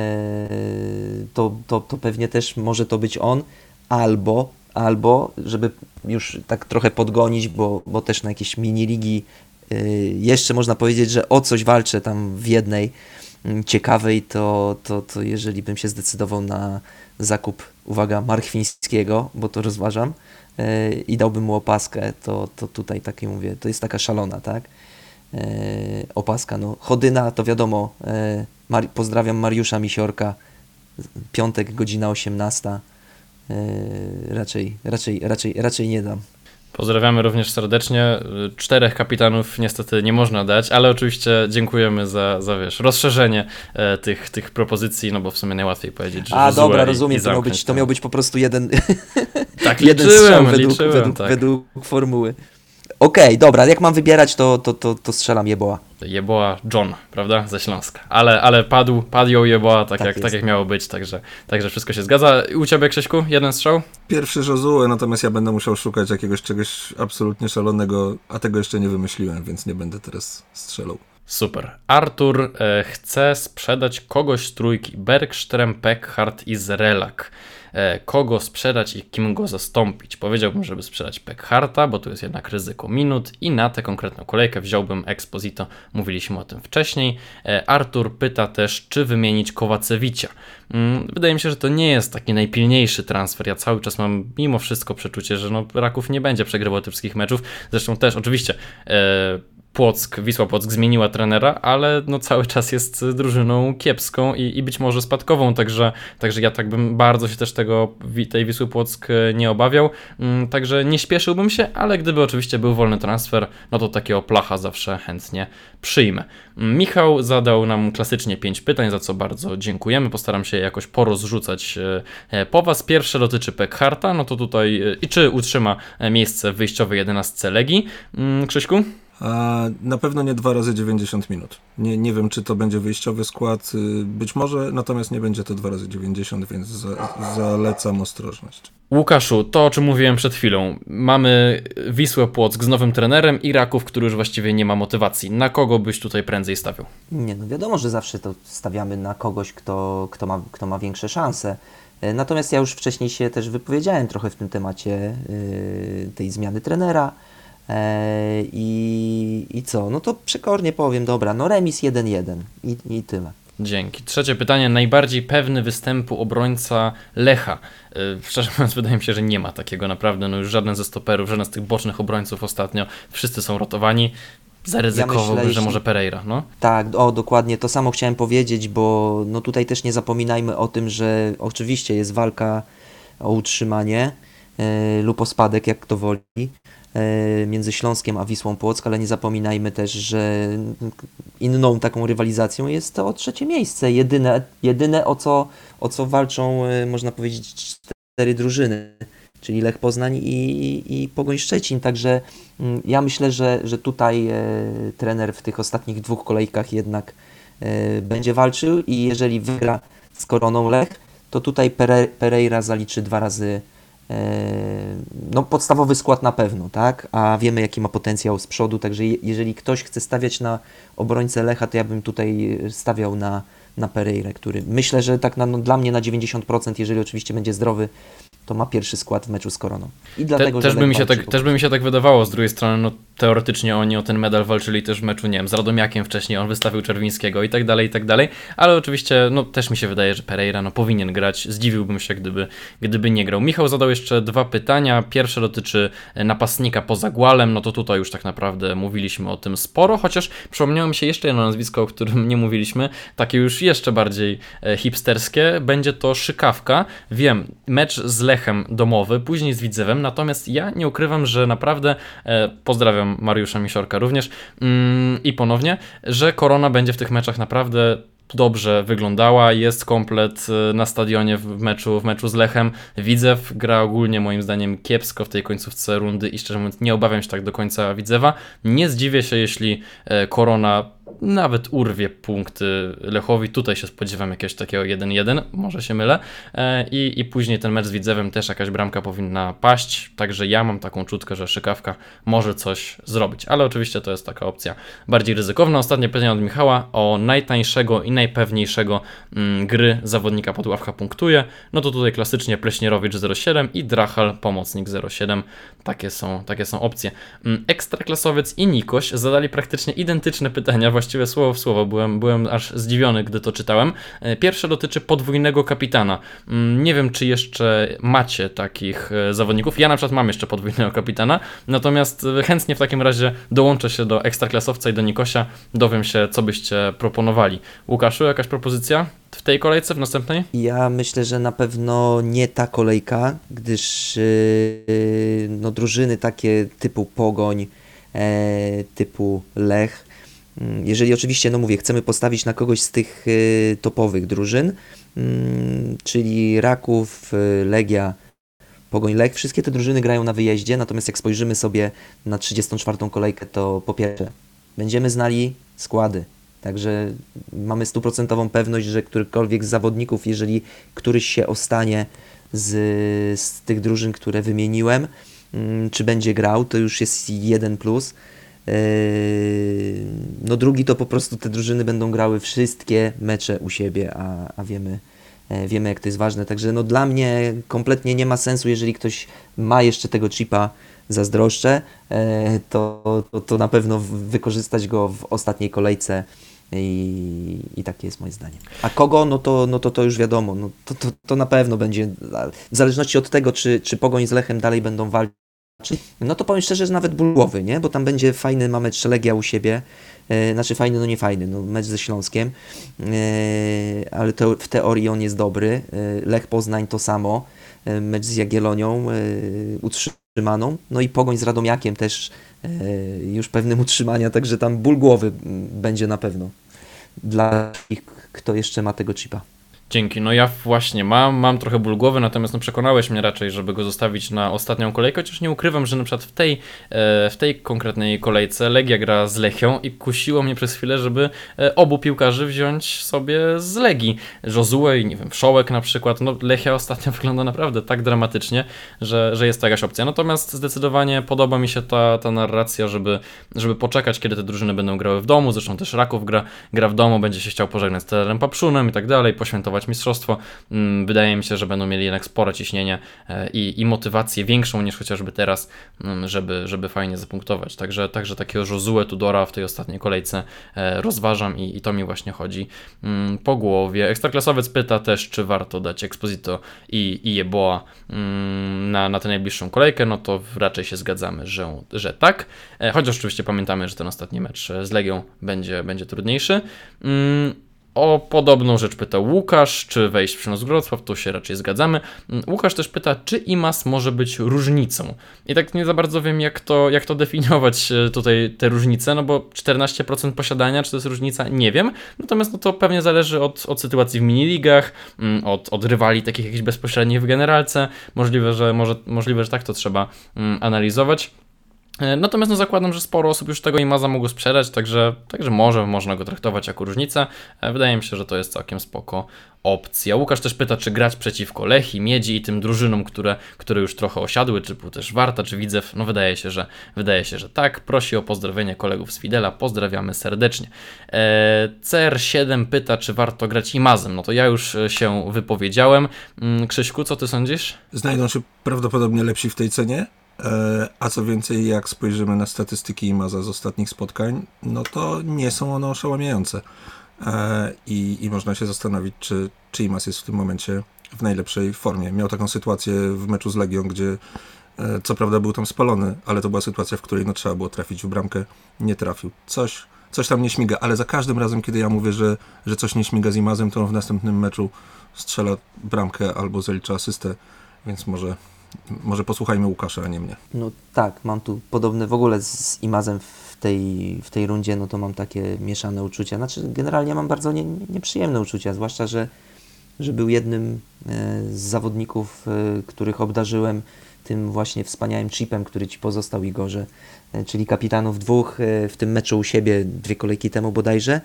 to, to, to pewnie też może to być on, albo, albo żeby już tak trochę podgonić, bo, bo też na jakieś mini-ligi y, jeszcze można powiedzieć, że o coś walczę tam w jednej y, ciekawej, to, to, to jeżeli bym się zdecydował na zakup, uwaga, Marchwińskiego, bo to rozważam, y, i dałbym mu opaskę, to, to tutaj takie mówię, to jest taka szalona, tak? Y, opaska, no Chodyna to wiadomo, y, Mar- pozdrawiam Mariusza Misiorka, piątek, godzina osiemnasta. Yy, raczej, raczej, raczej, raczej nie dam. Pozdrawiamy również serdecznie. Czterech kapitanów niestety nie można dać, ale oczywiście dziękujemy za, za wiesz, rozszerzenie e, tych, tych propozycji, no bo w sumie najłatwiej powiedzieć, że A Josue dobra, i, rozumiem, i to miał, być, to miał być po prostu jeden, Tak, jeden liczyłem, strzał według, liczyłem, według, tak. według formuły. Okej, okay, dobra, jak mam wybierać, to, to, to, to strzelam Jeboa. Jeboa John, prawda? Ze Śląska. Ale, ale padł, padł ją Jeboa tak, Tak jak, jest. tak jak miało być, także, także wszystko się zgadza. U Ciebie, Krzyśku, jeden strzał? Pierwszy Josue, natomiast ja będę musiał szukać jakiegoś czegoś absolutnie szalonego, a tego jeszcze nie wymyśliłem, więc nie będę teraz strzelał. Super. Artur e, chce sprzedać kogoś z trójki Bergström, Peckhardt i Zrelak. E, kogo sprzedać i kim go zastąpić? Powiedziałbym, żeby sprzedać Peckhardta, bo tu jest jednak ryzyko minut i na tę konkretną kolejkę wziąłbym Exposito. Mówiliśmy o tym wcześniej. E, Artur pyta też, czy wymienić Kowacewicza. Mm, wydaje mi się, że to nie jest taki najpilniejszy transfer. Ja cały czas mam mimo wszystko przeczucie, że no, Raków nie będzie przegrywał tych wszystkich meczów. Zresztą też oczywiście e, Płock, Wisła Płock zmieniła trenera, ale no cały czas jest drużyną kiepską i, i być może spadkową, także, także ja tak bym bardzo się też tego, tej Wisły Płock nie obawiał, także nie śpieszyłbym się, ale gdyby oczywiście był wolny transfer, no to takiego placha zawsze chętnie przyjmę. Michał zadał nam klasycznie pięć pytań, za co bardzo dziękujemy, postaram się je jakoś porozrzucać po Was. Pierwsze dotyczy Peckhardta, no to tutaj i czy utrzyma miejsce w wyjściowej jedenastce Legii. Krzyśku? A na pewno nie dwa razy dziewięćdziesiąt minut. Nie, nie wiem, czy to będzie wyjściowy skład, być może, natomiast nie będzie to dwa razy dziewięćdziesiąt, więc za, zalecam ostrożność. Łukaszu, to o czym mówiłem przed chwilą. Mamy Wisłę Płock z nowym trenerem i Raków, który już właściwie nie ma motywacji. Na kogo byś tutaj prędzej stawiał? Nie, no wiadomo, że zawsze to stawiamy na kogoś, kto, kto, ma, kto ma większe szanse. Natomiast ja już wcześniej się też wypowiedziałem trochę w tym temacie yy, tej zmiany trenera. I, I co? No to przekornie powiem, dobra, no remis jeden jeden i, i tyle. Dzięki. Trzecie pytanie. Najbardziej pewny występu obrońca Lecha. Yy, szczerze mówiąc, wydaje mi się, że nie ma takiego naprawdę. No już żaden ze stoperów, żaden z tych bocznych obrońców ostatnio. Wszyscy są rotowani. Zaryzykowałbym, ja myślę, że może Pereira, no? Tak, o dokładnie, to samo chciałem powiedzieć, bo no tutaj też nie zapominajmy o tym, że oczywiście jest walka o utrzymanie yy, lub o spadek, jak kto woli, między Śląskiem a Wisłą Płock, ale nie zapominajmy też, że inną taką rywalizacją jest to o trzecie miejsce. Jedyne, jedyne o, co, o co walczą, można powiedzieć, cztery drużyny, czyli Lech Poznań i, i, i Pogoń Szczecin. Także ja myślę, że, że tutaj e, trener w tych ostatnich dwóch kolejkach jednak e, będzie walczył i jeżeli wygra z Koroną Lech, to tutaj Pere, Pereira zaliczy dwa razy no podstawowy skład na pewno, tak? A wiemy, jaki ma potencjał z przodu, także jeżeli ktoś chce stawiać na obrońcę Lecha, to ja bym tutaj stawiał na, na Pereirę, który myślę, że tak na, no, dla mnie na dziewięćdziesiąt procent, jeżeli oczywiście będzie zdrowy, to ma pierwszy skład w meczu z Koroną. I dlatego, Te, też, że by mi się walczy, tak, też by mi się tak wydawało, z drugiej strony, no teoretycznie oni o ten medal walczyli też w meczu, nie wiem, z Radomiakiem wcześniej, on wystawił Czerwińskiego i tak dalej, i tak dalej, ale oczywiście, no też mi się wydaje, że Pereira, no powinien grać, zdziwiłbym się, gdyby, gdyby nie grał. Michał zadał jeszcze dwa pytania, pierwsze dotyczy napastnika poza Głalem, no to tutaj już tak naprawdę mówiliśmy o tym sporo, chociaż przypomniało mi się jeszcze jedno nazwisko, o którym nie mówiliśmy, takie już jeszcze bardziej hipsterskie, będzie to Szykawka. Wiem, mecz z Lechem domowy, później z Widzewem, natomiast ja nie ukrywam, że naprawdę, e, pozdrawiam Mariusza Misiorka również mm, i ponownie, że Korona będzie w tych meczach naprawdę dobrze wyglądała, jest komplet na stadionie w meczu, w meczu z Lechem. Widzew gra ogólnie moim zdaniem kiepsko w tej końcówce rundy i szczerze mówiąc nie obawiam się tak do końca Widzewa. Nie zdziwię się, jeśli Korona nawet urwie punkty Lechowi. Tutaj się spodziewam jakiegoś takiego jeden jeden, może się mylę. I, i później ten mecz z Widzewem też jakaś bramka powinna paść, także ja mam taką czutkę, że Szykawka może coś zrobić, ale oczywiście to jest taka opcja bardziej ryzykowna. Ostatnie pytanie od Michała o najtańszego i najpewniejszego mm, gry zawodnika Podławka punktuje. No to tutaj klasycznie Pleśnierowicz zero siedem i Drachal pomocnik zero siedem. Takie są, takie są opcje. Ekstraklasowiec i Nikoś zadali praktycznie identyczne pytania, właściwie słowo w słowo. Byłem, byłem aż zdziwiony, gdy to czytałem. Pierwsze dotyczy podwójnego kapitana. Nie wiem, czy jeszcze macie takich zawodników. Ja na przykład mam jeszcze podwójnego kapitana, natomiast chętnie w takim razie dołączę się do ekstraklasowca i do Nikosia. Dowiem się, co byście proponowali. Łukaszu, jakaś propozycja w tej kolejce, w następnej? Ja myślę, że na pewno nie ta kolejka, gdyż yy, no, drużyny takie typu Pogoń, e, typu Lech, jeżeli oczywiście, no mówię, chcemy postawić na kogoś z tych y, topowych drużyn, y, czyli Raków, y, Legia, Pogoń, Lech, wszystkie te drużyny grają na wyjeździe, natomiast jak spojrzymy sobie na trzydziestą czwartą kolejkę, to po pierwsze będziemy znali składy, także mamy stuprocentową pewność, że którykolwiek z zawodników, jeżeli któryś się ostanie z, z tych drużyn, które wymieniłem, y, czy będzie grał, to już jest jeden plus. No drugi to po prostu te drużyny będą grały wszystkie mecze u siebie, a, a wiemy, wiemy jak to jest ważne. Także no dla mnie kompletnie nie ma sensu, jeżeli ktoś ma jeszcze tego chipa, zazdroszczę, to, to, to na pewno wykorzystać go w ostatniej kolejce i, i takie jest moje zdanie. A kogo? No to, no to, to już wiadomo, no to, to, to na pewno będzie, w zależności od tego, czy, czy Pogoń z Lechem dalej będą walczyć, no to powiem szczerze, że nawet ból głowy, nie? Bo tam będzie fajny, mamy Legia u siebie, yy, znaczy fajny, no nie fajny, no mecz ze Śląskiem, yy, ale to, w teorii on jest dobry. Yy, Lech Poznań to samo, yy, mecz z Jagiellonią yy, utrzymaną, no i Pogoń z Radomiakiem też yy, już pewnym utrzymania, także tam ból głowy yy, będzie na pewno dla ich, kto jeszcze ma tego chipa. Dzięki. No ja właśnie mam, mam trochę ból głowy, natomiast no przekonałeś mnie raczej, żeby go zostawić na ostatnią kolejkę, chociaż nie ukrywam, że na przykład w tej, w tej konkretnej kolejce Legia gra z Lechią i kusiło mnie przez chwilę, żeby obu piłkarzy wziąć sobie z Legii. Josue i nie wiem, Wszołek na przykład. No Lechia ostatnio wygląda naprawdę tak dramatycznie, że, że jest to jakaś opcja. Natomiast zdecydowanie podoba mi się ta, ta narracja, żeby, żeby poczekać, kiedy te drużyny będą grały w domu. Zresztą też Raków gra, gra w domu, będzie się chciał pożegnać z trenerem Papszunem i tak dalej, poświętować mistrzostwo. Wydaje mi się, że będą mieli jednak spore ciśnienie i, i motywację większą niż chociażby teraz, żeby, żeby fajnie zapunktować. Także, także takiego Josue Tudora w tej ostatniej kolejce rozważam i, i to mi właśnie chodzi po głowie. Ekstraklasowiec pyta też, czy warto dać Exposito i, i Jeboa na, na tę najbliższą kolejkę. No to raczej się zgadzamy, że, że tak. Chociaż oczywiście pamiętamy, że ten ostatni mecz z Legią będzie, będzie trudniejszy. O podobną rzecz pytał Łukasz, czy wejść w Przynos Wrocław, tu się raczej zgadzamy. Łukasz też pyta, czy I M A S może być różnicą. I tak nie za bardzo wiem, jak to, jak to definiować tutaj te różnice, no bo czternaście procent posiadania, czy to jest różnica, nie wiem. Natomiast no to pewnie zależy od, od sytuacji w miniligach, od, od rywali takich jakichś bezpośrednich w generalce. Możliwe, że, może, możliwe, że tak to trzeba um, analizować. Natomiast no zakładam, że sporo osób już tego I M A S-a mogło sprzedać, także, także może można go traktować jako różnicę. Wydaje mi się, że to jest całkiem spoko opcja. Łukasz też pyta, czy grać przeciwko Lechii, Miedzi i tym drużynom, które, które już trochę osiadły, czy był też Warta, czy Widzew. No wydaje się, że wydaje się, że tak. Prosi o pozdrowienie kolegów z Fidela. Pozdrawiamy serdecznie. Eee, C R siedem pyta, czy warto grać I M A S-em. No to ja już się wypowiedziałem. Krzyśku, co ty sądzisz? Znajdą się prawdopodobnie lepsi w tej cenie. A co więcej, jak spojrzymy na statystyki I M A S-a z ostatnich spotkań, no to nie są one oszałamiające. I, i można się zastanowić, czy, czy I M A S jest w tym momencie w najlepszej formie. Miał taką sytuację w meczu z Legią, gdzie co prawda był tam spalony, ale to była sytuacja, w której no, trzeba było trafić w bramkę, nie trafił. Coś, coś tam nie śmiga, ale za każdym razem, kiedy ja mówię, że, że coś nie śmiga z I M A S-em, to on w następnym meczu strzela bramkę albo zalicza asystę, więc może... Może posłuchajmy Łukasza, a nie mnie. No tak, mam tu podobne w ogóle z I M A S-em w tej, w tej rundzie, no to mam takie mieszane uczucia. Znaczy generalnie mam bardzo nie, nieprzyjemne uczucia, zwłaszcza, że, że był jednym z zawodników, których obdarzyłem tym właśnie wspaniałym chipem, który ci pozostał, Igorze, czyli kapitanów dwóch w tym meczu u siebie dwie kolejki temu bodajże.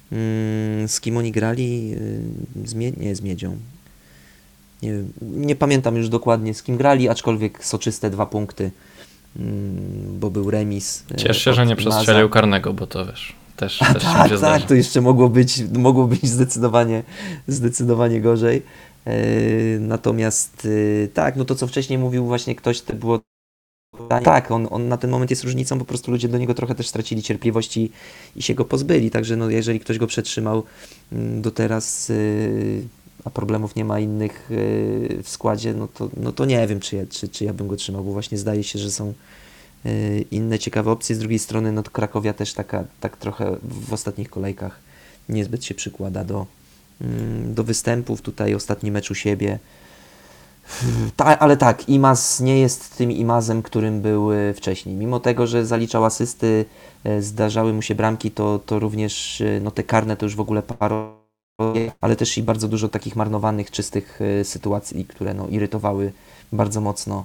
Z kim oni grali? Z Mie- nie, z Miedzią. Nie, nie pamiętam już dokładnie z kim grali, aczkolwiek soczyste dwa punkty, bo był remis. Ciesz się, że nie przestrzelił karnego, bo to wiesz, też, A też tak, się zdarza. tak, to jeszcze mogło być, mogło być zdecydowanie, zdecydowanie gorzej. Natomiast tak, no to co wcześniej mówił właśnie ktoś, to było tak, on, on na ten moment jest różnicą, po prostu ludzie do niego trochę też stracili cierpliwość i, i się go pozbyli, także no jeżeli ktoś go przetrzymał do teraz, a problemów nie ma innych w składzie, no to, no to nie wiem, czy ja, czy, czy ja bym go trzymał, bo właśnie zdaje się, że są inne ciekawe opcje. Z drugiej strony no to Krakowia też taka, tak trochę w ostatnich kolejkach niezbyt się przykłada do, do występów. Tutaj ostatni mecz u siebie. Ta, ale tak, Imaz nie jest tym Imazem, którym był wcześniej. Mimo tego, że zaliczał asysty, zdarzały mu się bramki, to, to również no te karne to już w ogóle paro, ale też i bardzo dużo takich marnowanych, czystych sytuacji, które no, irytowały bardzo mocno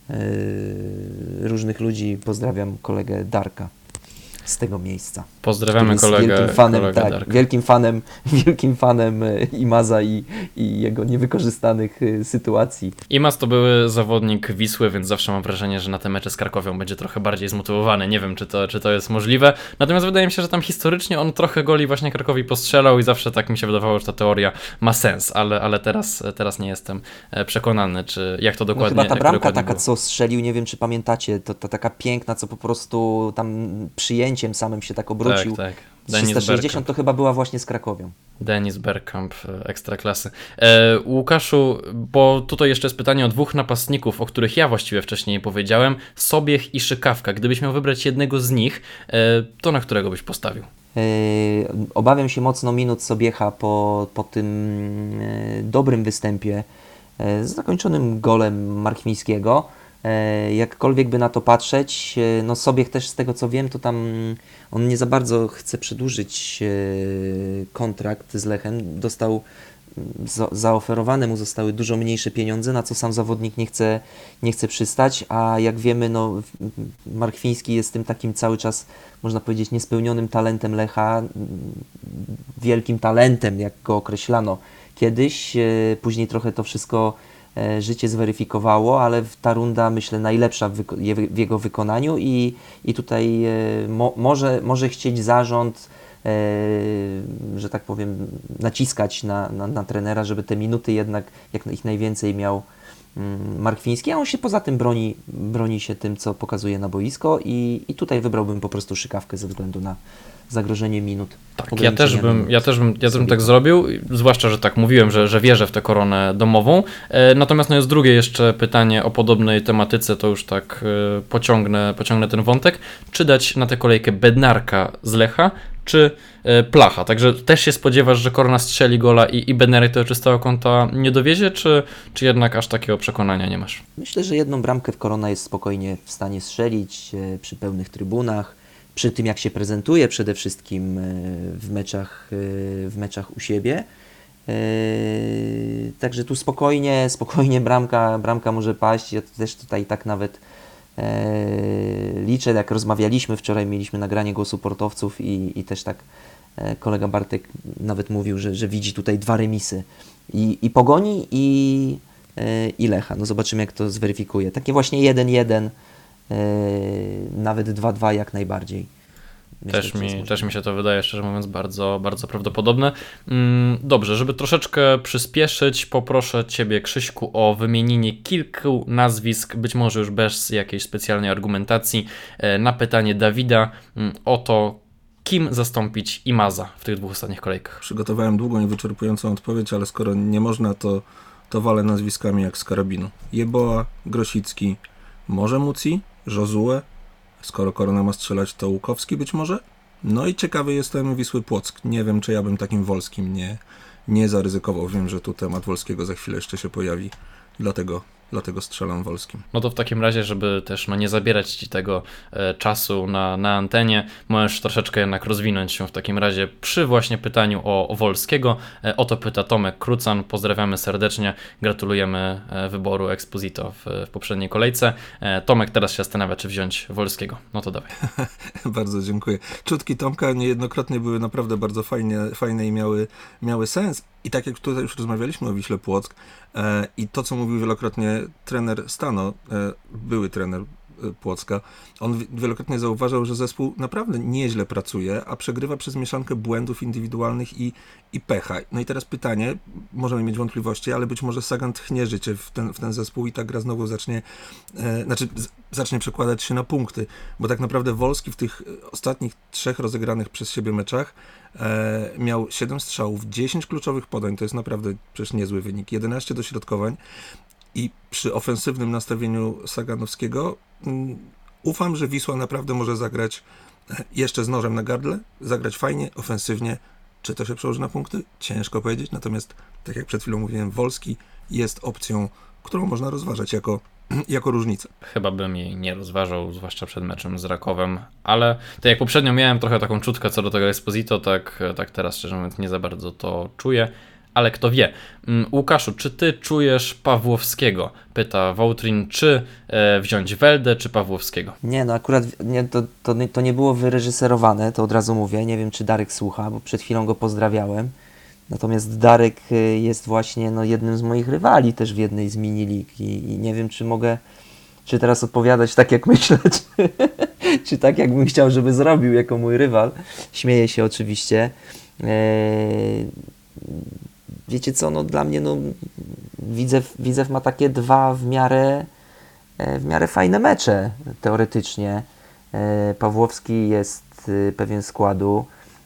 różnych ludzi. Pozdrawiam kolegę Darka z tego miejsca. Pozdrawiamy kolegę, wielkim fanem, kolegę tak, Darka. Wielkim fanem, wielkim fanem Imaza i, i jego niewykorzystanych sytuacji. Imaz to były zawodnik Wisły, więc zawsze mam wrażenie, że na te mecze z Krakowią będzie trochę bardziej zmotywowany. Nie wiem, czy to, czy to jest możliwe. Natomiast wydaje mi się, że tam historycznie on trochę goli właśnie Krakowi postrzelał i zawsze tak mi się wydawało, że ta teoria ma sens, ale, ale teraz, teraz nie jestem przekonany, czy jak to dokładnie no chyba ta bramka dokładnie taka, było. co strzelił, nie wiem, czy pamiętacie, to, to taka piękna, co po prostu tam przyjęciem samym się tak obrócił. Tak, tak. Denis trzysta sześćdziesiąt Bergkamp. to chyba była właśnie z Krakowią. Denis Bergkamp, ekstraklasy. E, Łukaszu, bo tutaj jeszcze jest pytanie o dwóch napastników, o których ja właściwie wcześniej powiedziałem, Sobiech i Szykawka. Gdybyś miał wybrać jednego z nich, e, to na którego byś postawił? Yy, obawiam się mocno minut Sobiecha po, po tym yy, dobrym występie yy, z zakończonym golem Marchwińskiego. Yy, jakkolwiek by na to patrzeć, yy, no Sobiech też z tego co wiem, to tam on nie za bardzo chce przedłużyć yy, kontrakt z Lechem. Dostał, za, zaoferowane mu zostały dużo mniejsze pieniądze, na co sam zawodnik nie chce, nie chce przystać, a jak wiemy, no Marchwiński jest tym takim cały czas, można powiedzieć, niespełnionym talentem Lecha, wielkim talentem, jak go określano kiedyś, później trochę to wszystko życie zweryfikowało, ale ta runda, myślę, najlepsza w, wyko- w jego wykonaniu i, i tutaj mo- może, może chcieć zarząd, e, że tak powiem, naciskać na, na, na trenera, żeby te minuty jednak jak ich najwięcej miał mm, Marchwiński, a on się poza tym broni, broni się tym, co pokazuje na boisko i, i tutaj wybrałbym po prostu Szykawkę ze względu na zagrożenie minut. Tak, ja też bym, ja też bym, ja też bym tak zrobił, zwłaszcza, że tak mówiłem, że, że wierzę w tę koronę domową. E, natomiast no jest drugie jeszcze pytanie o podobnej tematyce, to już tak e, pociągnę, pociągnę ten wątek. Czy dać na tę kolejkę Bednarka z Lecha, czy e, Placha? Także też się spodziewasz, że Korona strzeli gola i, i Bednarek tego czystego kąta nie dowiezie, czy, czy jednak aż takiego przekonania nie masz? Myślę, że jedną bramkę w Korona jest spokojnie w stanie strzelić e, przy pełnych trybunach, przy tym jak się prezentuje przede wszystkim w meczach, w meczach u siebie. Także tu spokojnie, spokojnie bramka, bramka może paść. Ja też tutaj tak nawet liczę, jak rozmawialiśmy wczoraj, mieliśmy nagranie głosu portowców i, i też tak kolega Bartek nawet mówił, że, że widzi tutaj dwa remisy i, i Pogoni i, i Lecha. No zobaczymy, jak to zweryfikuje. Takie właśnie jeden jeden, nawet dwa dwa jak najbardziej. Myślę, Też że mi, jest też mi się to wydaje, szczerze mówiąc, bardzo, bardzo prawdopodobne. Dobrze, żeby troszeczkę przyspieszyć, poproszę Ciebie, Krzyśku, o wymienienie kilku nazwisk, być może już bez jakiejś specjalnej argumentacji, na pytanie Dawida o to, kim zastąpić Imaza w tych dwóch ostatnich kolejkach. Przygotowałem długą i wyczerpującą odpowiedź, ale skoro nie można, to, to walę nazwiskami jak z karabinu. Jeboa, Grosicki, może Muci, Josue. Skoro Korona ma strzelać, to Łukowski być może? No i ciekawy jestem Wisły Płock. Nie wiem, czy ja bym takim Wolskim nie, nie zaryzykował. Wiem, że tu temat Wolskiego za chwilę jeszcze się pojawi. Dlatego dlatego strzelam Wolskim. No to w takim razie, żeby też no, nie zabierać Ci tego e, czasu na, na antenie, możesz troszeczkę jednak rozwinąć się w takim razie przy właśnie pytaniu o, o Wolskiego. E, o to pyta Tomek Krucan, pozdrawiamy serdecznie, gratulujemy e, wyboru Exposito w, w poprzedniej kolejce. E, Tomek teraz się zastanawia, czy wziąć Wolskiego. No to dawaj. Bardzo dziękuję. Czutki Tomka niejednokrotnie były naprawdę bardzo fajnie, fajne i miały, miały sens. I tak jak tutaj już rozmawialiśmy o Wiśle Płock e, i to, co mówił wielokrotnie trener Stano, e, były trener e, Płocka, on wielokrotnie zauważał, że zespół naprawdę nieźle pracuje, a przegrywa przez mieszankę błędów indywidualnych i, i pecha. No i teraz pytanie, możemy mieć wątpliwości, ale być może Sagan tchnie życie w ten, w ten zespół i ta gra znowu zacznie, e, znaczy z, zacznie przekładać się na punkty, bo tak naprawdę Wolski w tych ostatnich trzech rozegranych przez siebie meczach e, miał siedem strzałów, dziesięć kluczowych podań, to jest naprawdę przecież niezły wynik, jedenaście dośrodkowań i przy ofensywnym nastawieniu Saganowskiego um, ufam, że Wisła naprawdę może zagrać jeszcze z nożem na gardle, zagrać fajnie, ofensywnie. Czy to się przełoży na punkty? Ciężko powiedzieć, natomiast tak jak przed chwilą mówiłem, Wolski jest opcją, którą można rozważać jako jako różnicę. Chyba bym jej nie rozważał, zwłaszcza przed meczem z Rakowem, ale tak jak poprzednio miałem trochę taką czutkę co do tego Exposito, tak, tak teraz szczerze mówiąc nie za bardzo to czuję, ale kto wie. Łukaszu, czy ty czujesz Pawłowskiego? Pyta Wołtrin, czy e, wziąć Weldę, czy Pawłowskiego? Nie, no akurat nie, to, to, to nie było wyreżyserowane, to od razu mówię, nie wiem czy Darek słucha, bo przed chwilą go pozdrawiałem. Natomiast Darek jest właśnie no, jednym z moich rywali też w jednej z mini-lig i, i nie wiem, czy mogę, czy teraz odpowiadać tak, jak myślę, czy, czy tak, jakbym chciał, żeby zrobił jako mój rywal. Śmieję się oczywiście. Eee, wiecie co, no dla mnie no, Widzew, Widzew ma takie dwa w miarę, w miarę fajne mecze teoretycznie. Eee, Pawłowski jest pewien składu.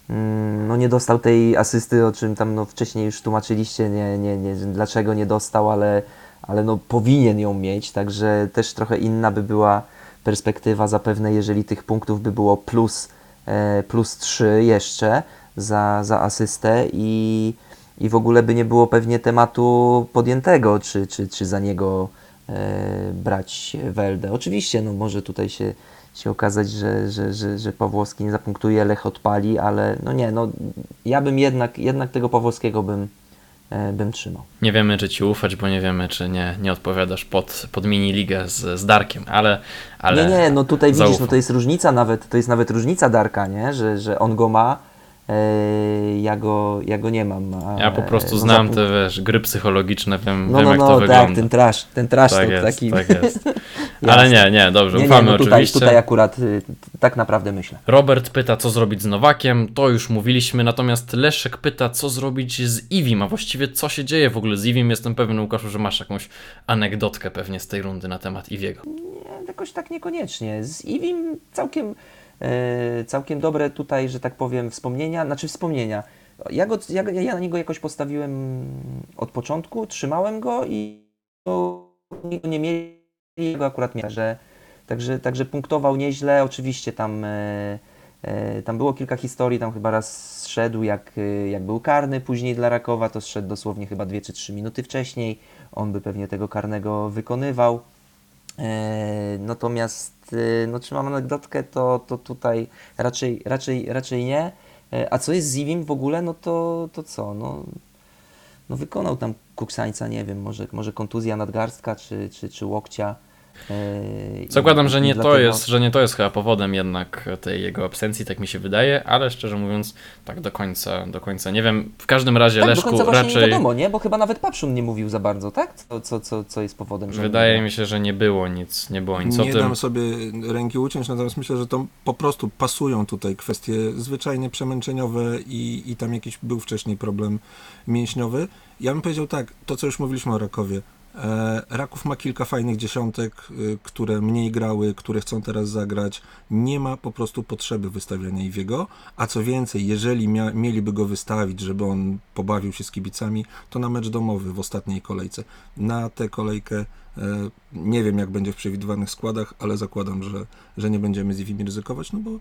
No nie dostał tej asysty, o czym tam no, wcześniej już tłumaczyliście, nie, nie, nie, dlaczego nie dostał, ale, ale no, powinien ją mieć, także też trochę inna by była perspektywa zapewne, jeżeli tych punktów by było plus, e, plus trzy jeszcze za, za asystę i, i w ogóle by nie było pewnie tematu podjętego, czy, czy, czy za niego e, brać Weldę. Oczywiście, no może tutaj się się okazać, że, że, że, że Pawłowski nie zapunktuje, Lech odpali, ale no nie, no ja bym jednak, jednak tego Pawłowskiego bym, e, bym trzymał. Nie wiemy, czy ci ufać, bo nie wiemy, czy nie, nie odpowiadasz pod, pod mini-ligę z, z Darkiem, ale, ale Nie, nie, no tutaj zaufam. widzisz, no to jest różnica nawet, to jest nawet różnica Darka, nie, że, że on go ma, e, ja, go, ja go nie mam. A, ja po prostu no, znam zapunk- te, wiesz, gry psychologiczne, wiem, no, wiem no, jak no, to tak, wygląda. ten trash, ten trash tak talk jest, taki. tak jest. Ale nie, nie, dobrze, nie, ufamy nie, no tutaj, oczywiście. tutaj akurat y, tak naprawdę myślę. Robert pyta, co zrobić z Nowakiem, to już mówiliśmy, natomiast Leszek pyta, co zrobić z Iwim, a właściwie co się dzieje w ogóle z Iwim. Jestem pewien, Łukaszu, że masz jakąś anegdotkę pewnie z tej rundy na temat Iwiego. Nie, jakoś tak niekoniecznie. Z Iwim całkiem, e, całkiem dobre tutaj, że tak powiem, wspomnienia, znaczy wspomnienia. Ja, go, ja, ja na niego jakoś postawiłem od początku, trzymałem go i to nie mieli go akurat miał, że Także, także punktował nieźle, oczywiście tam, e, e, tam było kilka historii, tam chyba raz zszedł jak, jak był karny później dla Rakowa, to zszedł dosłownie chyba dwie czy trzy minuty wcześniej, on by pewnie tego karnego wykonywał. E, natomiast e, no, czy mam anegdotkę, to, to tutaj raczej, raczej, raczej nie. E, a co jest z Iwim w ogóle, no to, to co, no, no wykonał tam Kuksańca, nie wiem, może, może kontuzja nadgarstka czy, czy, czy łokcia. Zakładam, że nie, dlatego... to jest, że nie to jest chyba powodem jednak tej jego absencji, tak mi się wydaje, ale szczerze mówiąc, tak do końca, do końca nie wiem. W każdym razie, tak, Leszku, do końca właśnie raczej... nie wiadomo, nie? Bo chyba nawet Papszun nie mówił za bardzo, tak? Co, co, co, co jest powodem, że... Wydaje nie... mi się, że nie było nic, nie było nic nie o tym. dam sobie ręki uciąć, natomiast myślę, że to po prostu pasują tutaj kwestie zwyczajnie przemęczeniowe i, i tam jakiś był wcześniej problem mięśniowy. Ja bym powiedział tak, to co już mówiliśmy o Rakowie. Raków ma kilka fajnych dziesiątek, które mniej grały, które chcą teraz zagrać. Nie ma po prostu potrzeby wystawiania Iwiego, a co więcej, jeżeli mia- mieliby go wystawić, żeby on pobawił się z kibicami, to na mecz domowy w ostatniej kolejce. Na tę kolejkę nie wiem, jak będzie w przewidywanych składach, ale zakładam, że, że nie będziemy z Iwim ryzykować, no bo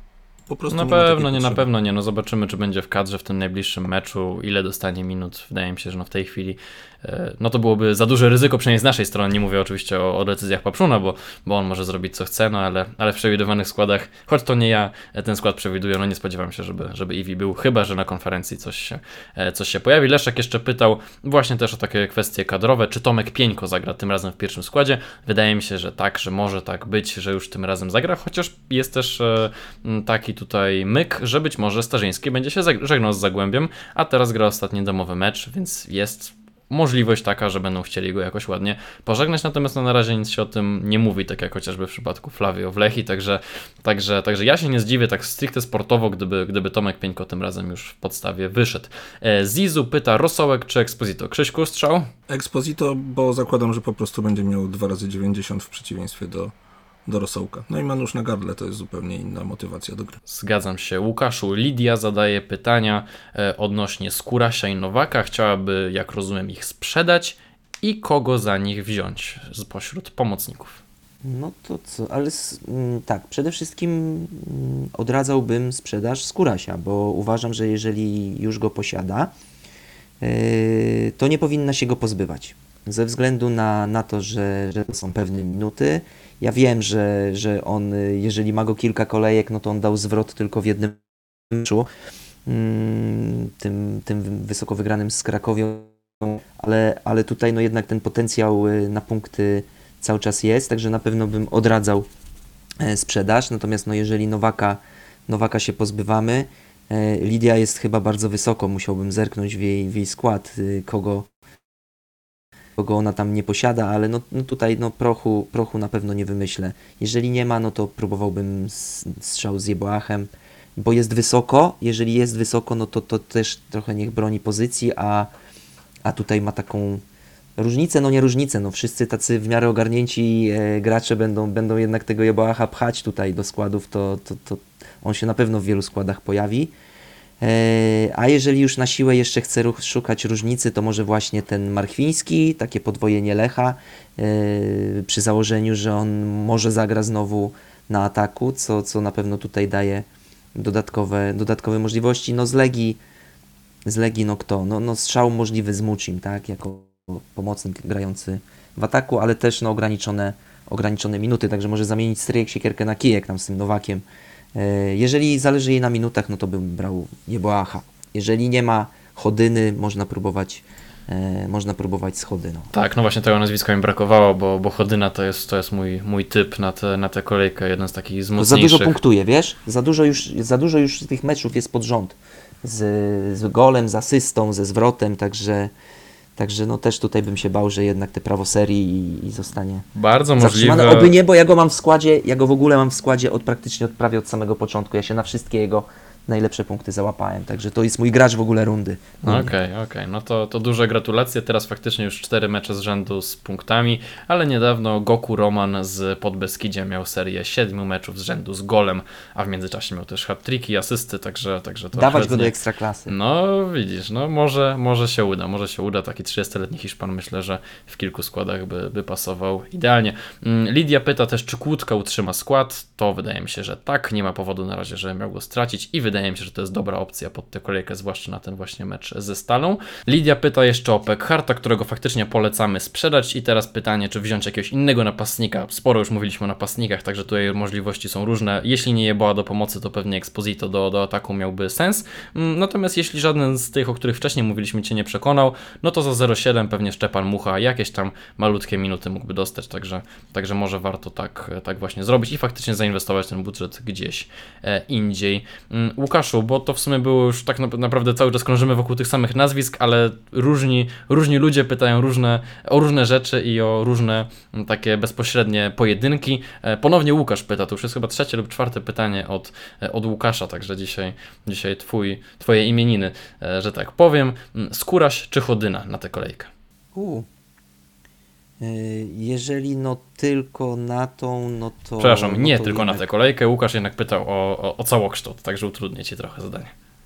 po prostu Na nie ma pewno, takiej nie, na potrzeby. pewno nie. No zobaczymy, czy będzie w kadrze w tym najbliższym meczu, ile dostanie minut. Wydaje mi się, że no w tej chwili e, no to byłoby za duże ryzyko, przynajmniej z naszej strony. Nie mówię oczywiście o, o decyzjach Papszuna, bo, bo on może zrobić co chce, no ale, ale w przewidywanych składach, choć to nie ja ten skład przewiduję, no nie spodziewam się, żeby, żeby Iwi był, chyba że na konferencji coś się, e, coś się pojawi. Leszek jeszcze pytał właśnie też o takie kwestie kadrowe, czy Tomek Pieńko zagra tym razem w pierwszym składzie. Wydaje mi się, że tak, że może tak być, że już tym razem zagra, chociaż jest też e, taki tutaj myk, że być może Starzyński będzie się żegnał z Zagłębiem, a teraz gra ostatni domowy mecz, więc jest możliwość taka, że będą chcieli go jakoś ładnie pożegnać, natomiast no na razie nic się o tym nie mówi, tak jak chociażby w przypadku Flavio Wlechi, także, także, także ja się nie zdziwię tak stricte sportowo, gdyby, gdyby Tomek Pieńko tym razem już w podstawie wyszedł. E, Zizu pyta, Rosołek czy Exposito? Krzyśku, strzał? Exposito, bo zakładam, że po prostu będzie miał dwa razy dziewięćdziesiąt w przeciwieństwie do do Rosołka. No i Manusz na gardle to jest zupełnie inna motywacja do gry. Zgadzam się. Łukaszu, Lidia zadaje pytania e, odnośnie Skórasia i Nowaka. Chciałaby, jak rozumiem, ich sprzedać i kogo za nich wziąć spośród pomocników. No to co, ale s- mm, tak, przede wszystkim mm, odradzałbym sprzedaż Skórasia, bo uważam, że jeżeli już go posiada, yy, to nie powinna się go pozbywać. Ze względu na, na to, że, że to są pewne minuty. Ja wiem, że, że on, y, jeżeli ma go kilka kolejek, no to on dał zwrot tylko w jednym meczu, mm, tym, tym wysoko wygranym z Krakowią, ale, ale tutaj no jednak ten potencjał y, na punkty cały czas jest, także na pewno bym odradzał e, sprzedaż, natomiast no jeżeli Nowaka, Nowaka się pozbywamy, e, Lidia jest chyba bardzo wysoko, musiałbym zerknąć w jej, w jej skład, y, kogo, kogo ona tam nie posiada, ale no, no tutaj no prochu, prochu na pewno nie wymyślę. Jeżeli nie ma, no to próbowałbym s- strzał z Jeboachem, bo jest wysoko, jeżeli jest wysoko, no to, to też trochę niech broni pozycji, a, a tutaj ma taką różnicę, no nie różnicę, no wszyscy tacy w miarę ogarnięci e, gracze będą, będą jednak tego Jeboacha pchać tutaj do składów, to, to, to on się na pewno w wielu składach pojawi. E, a jeżeli już na siłę jeszcze chce ruch, szukać różnicy, to może właśnie ten Marchwiński, takie podwojenie Lecha, e, przy założeniu, że on może zagra znowu na ataku, co, co na pewno tutaj daje dodatkowe, dodatkowe możliwości. No z Legii, z Legii no kto? No, no strzał możliwy z Mucim, tak, jako pomocnik grający w ataku, ale też no, ograniczone, ograniczone minuty, także może zamienić stryjek siekierkę na kijek tam z tym Nowakiem. E, Jeżeli zależy jej na minutach, no to bym brał Jeboacha. Jeżeli nie ma Chodyny, można próbować, e, można próbować z Chodyną. Tak, no właśnie tego nazwiska mi brakowało, bo, bo Chodyna to jest, to jest mój, mój typ na tę na tę kolejkę, jeden z takich z To za mocniejszych. dużo punktuje, wiesz? Za dużo już, za dużo już tych meczów jest pod rząd. Z, z golem, z asystą, ze zwrotem, także Także no też tutaj bym się bał, że jednak te prawo serii i, i zostanie Bardzo zatrzymane. możliwe. Oby nie, bo ja go mam w składzie, ja go w ogóle mam w składzie od praktycznie od prawie od samego początku. Ja się na wszystkie jego najlepsze punkty załapałem, także to jest mój gracz w ogóle rundy. Okej, okej, okay, no to, to duże gratulacje. Teraz faktycznie już cztery mecze z rzędu z punktami, ale niedawno Goku Roman z Podbeskidzia miał serię siedmiu meczów z rzędu z golem, a w międzyczasie miał też hat-tricki, asysty, także, także to Dawać średnie. go do Ekstraklasy. No widzisz, no może, może się uda, może się uda. Taki trzydziestoletni Hiszpan, myślę, że w kilku składach by, by pasował idealnie. Mm, Lidia pyta też, czy Kłódka utrzyma skład. To wydaje mi się, że tak, nie ma powodu na razie, że miał go stracić i wydaje mi się, że to jest dobra opcja pod tę kolejkę, zwłaszcza na ten właśnie mecz ze Stalą. Lidia pyta jeszcze o Pekharta, którego faktycznie polecamy sprzedać i teraz pytanie, czy wziąć jakiegoś innego napastnika. Sporo już mówiliśmy o napastnikach, także tutaj możliwości są różne. Jeśli nie Jeboa do pomocy, to pewnie Exposito do, do ataku miałby sens. Natomiast jeśli żaden z tych, o których wcześniej mówiliśmy, Cię nie przekonał, no to za zero siedem pewnie Szczepan Mucha jakieś tam malutkie minuty mógłby dostać, także, także może warto tak, tak właśnie zrobić i faktycznie zainwestować ten budżet gdzieś e, indziej. Mm, Łukaszu, bo to w sumie było już tak naprawdę cały czas krążymy wokół tych samych nazwisk, ale różni, różni ludzie pytają różne, o różne rzeczy i o różne m, takie bezpośrednie pojedynki. E, ponownie Łukasz pyta, to już jest chyba trzecie lub czwarte pytanie od, e, od Łukasza, także dzisiaj, dzisiaj twój, twoje imieniny, e, że tak powiem. Skóraś czy Chodyna na tę kolejkę? U. Y, Jeżeli no tylko na tą, no to... Przepraszam, nie no to tylko jednak... na tę kolejkę. Łukasz jednak pytał o, o, o całokształt, także utrudnię Ci trochę zadanie.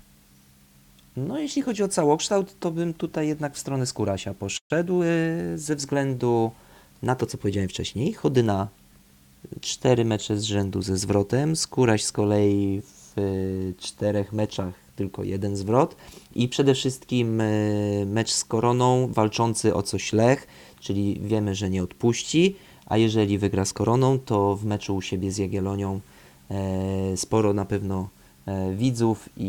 No jeśli chodzi o całokształt, to bym tutaj jednak w stronę Skórasia poszedł y, ze względu na to, co powiedziałem wcześniej. Chodyna cztery mecze z rzędu ze zwrotem, Skóraś z kolei w czterech meczach tylko jeden zwrot i przede wszystkim mecz z Koroną walczący o coś Lech, czyli wiemy, że nie odpuści, a jeżeli wygra z Koroną, to w meczu u siebie z Jagiellonią sporo na pewno widzów i,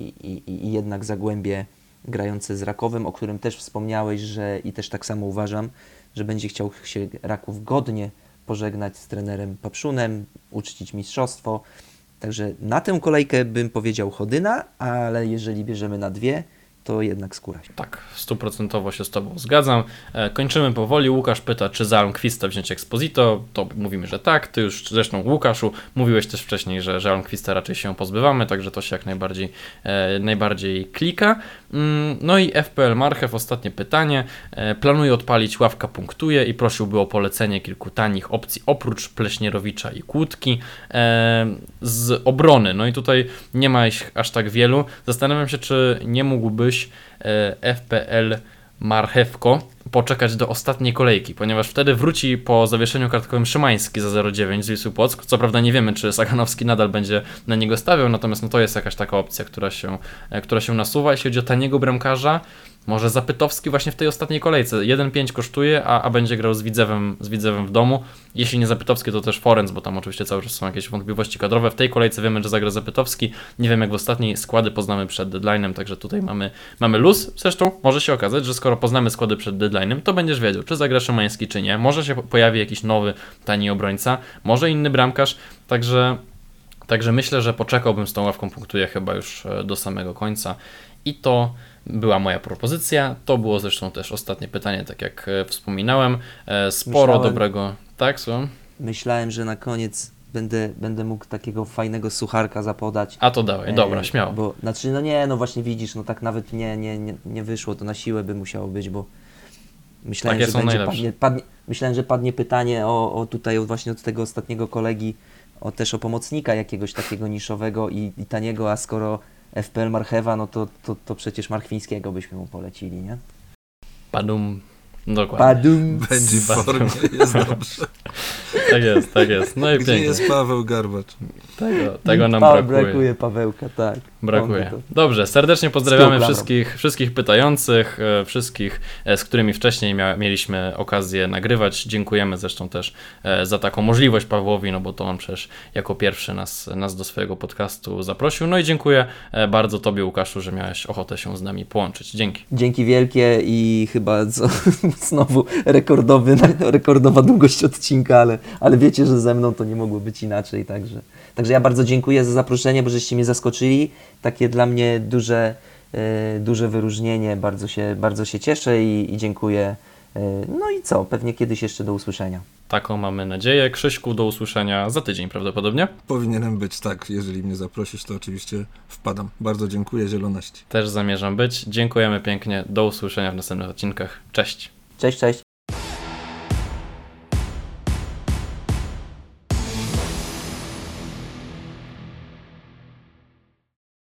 i, i jednak Zagłębie grające z Rakowem, o którym też wspomniałeś, że i też tak samo uważam, że będzie chciał się Raków godnie pożegnać z trenerem Papszunem, uczcić mistrzostwo. Także na tę kolejkę bym powiedział Chodyna, ale jeżeli bierzemy na dwie, to jednak Skóraś. Tak, stuprocentowo się z Tobą zgadzam. E, kończymy powoli. Łukasz pyta, czy za Almquista wziąć Exposito. To mówimy, że tak. Ty już zresztą, Łukaszu, mówiłeś też wcześniej, że, że Almquista raczej się pozbywamy, także to się jak najbardziej, e, najbardziej klika. Mm, no i F P L Marchew, ostatnie pytanie. E, planuje odpalić Ławka punktuje i prosiłby o polecenie kilku tanich opcji oprócz Pleśnierowicza i Kłódki e, z obrony. No i tutaj nie ma ich aż tak wielu. Zastanawiam się, czy nie mógłbyś F P L Marchewko poczekać do ostatniej kolejki, ponieważ wtedy wróci po zawieszeniu kartkowym Szymański za zero dziewięć z Wisły Płock. Co prawda nie wiemy, czy Saganowski nadal będzie na niego stawiał, natomiast no to jest jakaś taka opcja, która się, która się nasuwa. Jeśli chodzi o taniego bramkarza, może Zapytowski właśnie w tej ostatniej kolejce. jeden pięć kosztuje, a, a będzie grał z Widzewem, z Widzewem w domu. Jeśli nie Zapytowski, to też Forenc, bo tam oczywiście cały czas są jakieś wątpliwości kadrowe. W tej kolejce wiemy, że zagra Zapytowski. Nie wiem jak w ostatniej, składy poznamy przed deadline'em, także tutaj mamy, mamy luz. Zresztą może się okazać, że skoro poznamy składy przed deadline'em, to będziesz wiedział, czy zagra Szymański, czy nie. Może się pojawi jakiś nowy, tani obrońca, może inny bramkarz, także... Także myślę, że poczekałbym z tą ławką punktuje chyba już do samego końca. I to była moja propozycja. To było zresztą też ostatnie pytanie, tak jak wspominałem. Sporo Myślałem, dobrego... Tak, słucham? Myślałem, że na koniec będę, będę mógł takiego fajnego sucharka zapodać. A to dawaj, dobra, śmiało. Bo, znaczy, no nie, no właśnie widzisz, no tak nawet nie, nie, nie, nie wyszło, to na siłę by musiało być, bo myślałem, Takie że są będzie najlepsze. padnie, padnie, myślałem, że padnie pytanie o, o tutaj właśnie od tego ostatniego kolegi, o też o pomocnika jakiegoś takiego niszowego i, i taniego, a skoro F P L Marchewa, no to, to, to przecież Marchwińskiego byśmy mu polecili, nie? Padum. Dokładnie. Padum. Będzie w formie, jest dobrze. Tak jest, tak jest. No i Gdzie pięknie. jest Paweł Garbacz? Tego, tego nam Pa, brakuje. Brakuje Pawełka, tak. Brakuje. On to- Dobrze, serdecznie pozdrawiamy Skleplam. wszystkich, wszystkich pytających, e, wszystkich, e, z którymi wcześniej mia- mieliśmy okazję nagrywać. Dziękujemy zresztą też e, za taką możliwość Pawłowi, no bo to on przecież jako pierwszy nas, nas do swojego podcastu zaprosił. No i dziękuję e, bardzo Tobie, Łukaszu, że miałeś ochotę się z nami połączyć. Dzięki. Dzięki wielkie i chyba co, znowu rekordowy, rekordowa długość odcinka, ale, ale wiecie, że ze mną to nie mogło być inaczej, także, także ja bardzo dziękuję za zaproszenie, bo żeście mnie zaskoczyli. Takie dla mnie duże, e, duże wyróżnienie, bardzo się, bardzo się cieszę i, i dziękuję. E, no i co, pewnie kiedyś jeszcze do usłyszenia. Taką mamy nadzieję. Krzyśku, do usłyszenia za tydzień prawdopodobnie. Powinienem być, tak. Jeżeli mnie zaprosisz, to oczywiście wpadam. Bardzo dziękuję, Zieloności. Też zamierzam być. Dziękujemy pięknie. Do usłyszenia w następnych odcinkach. Cześć. Cześć, cześć.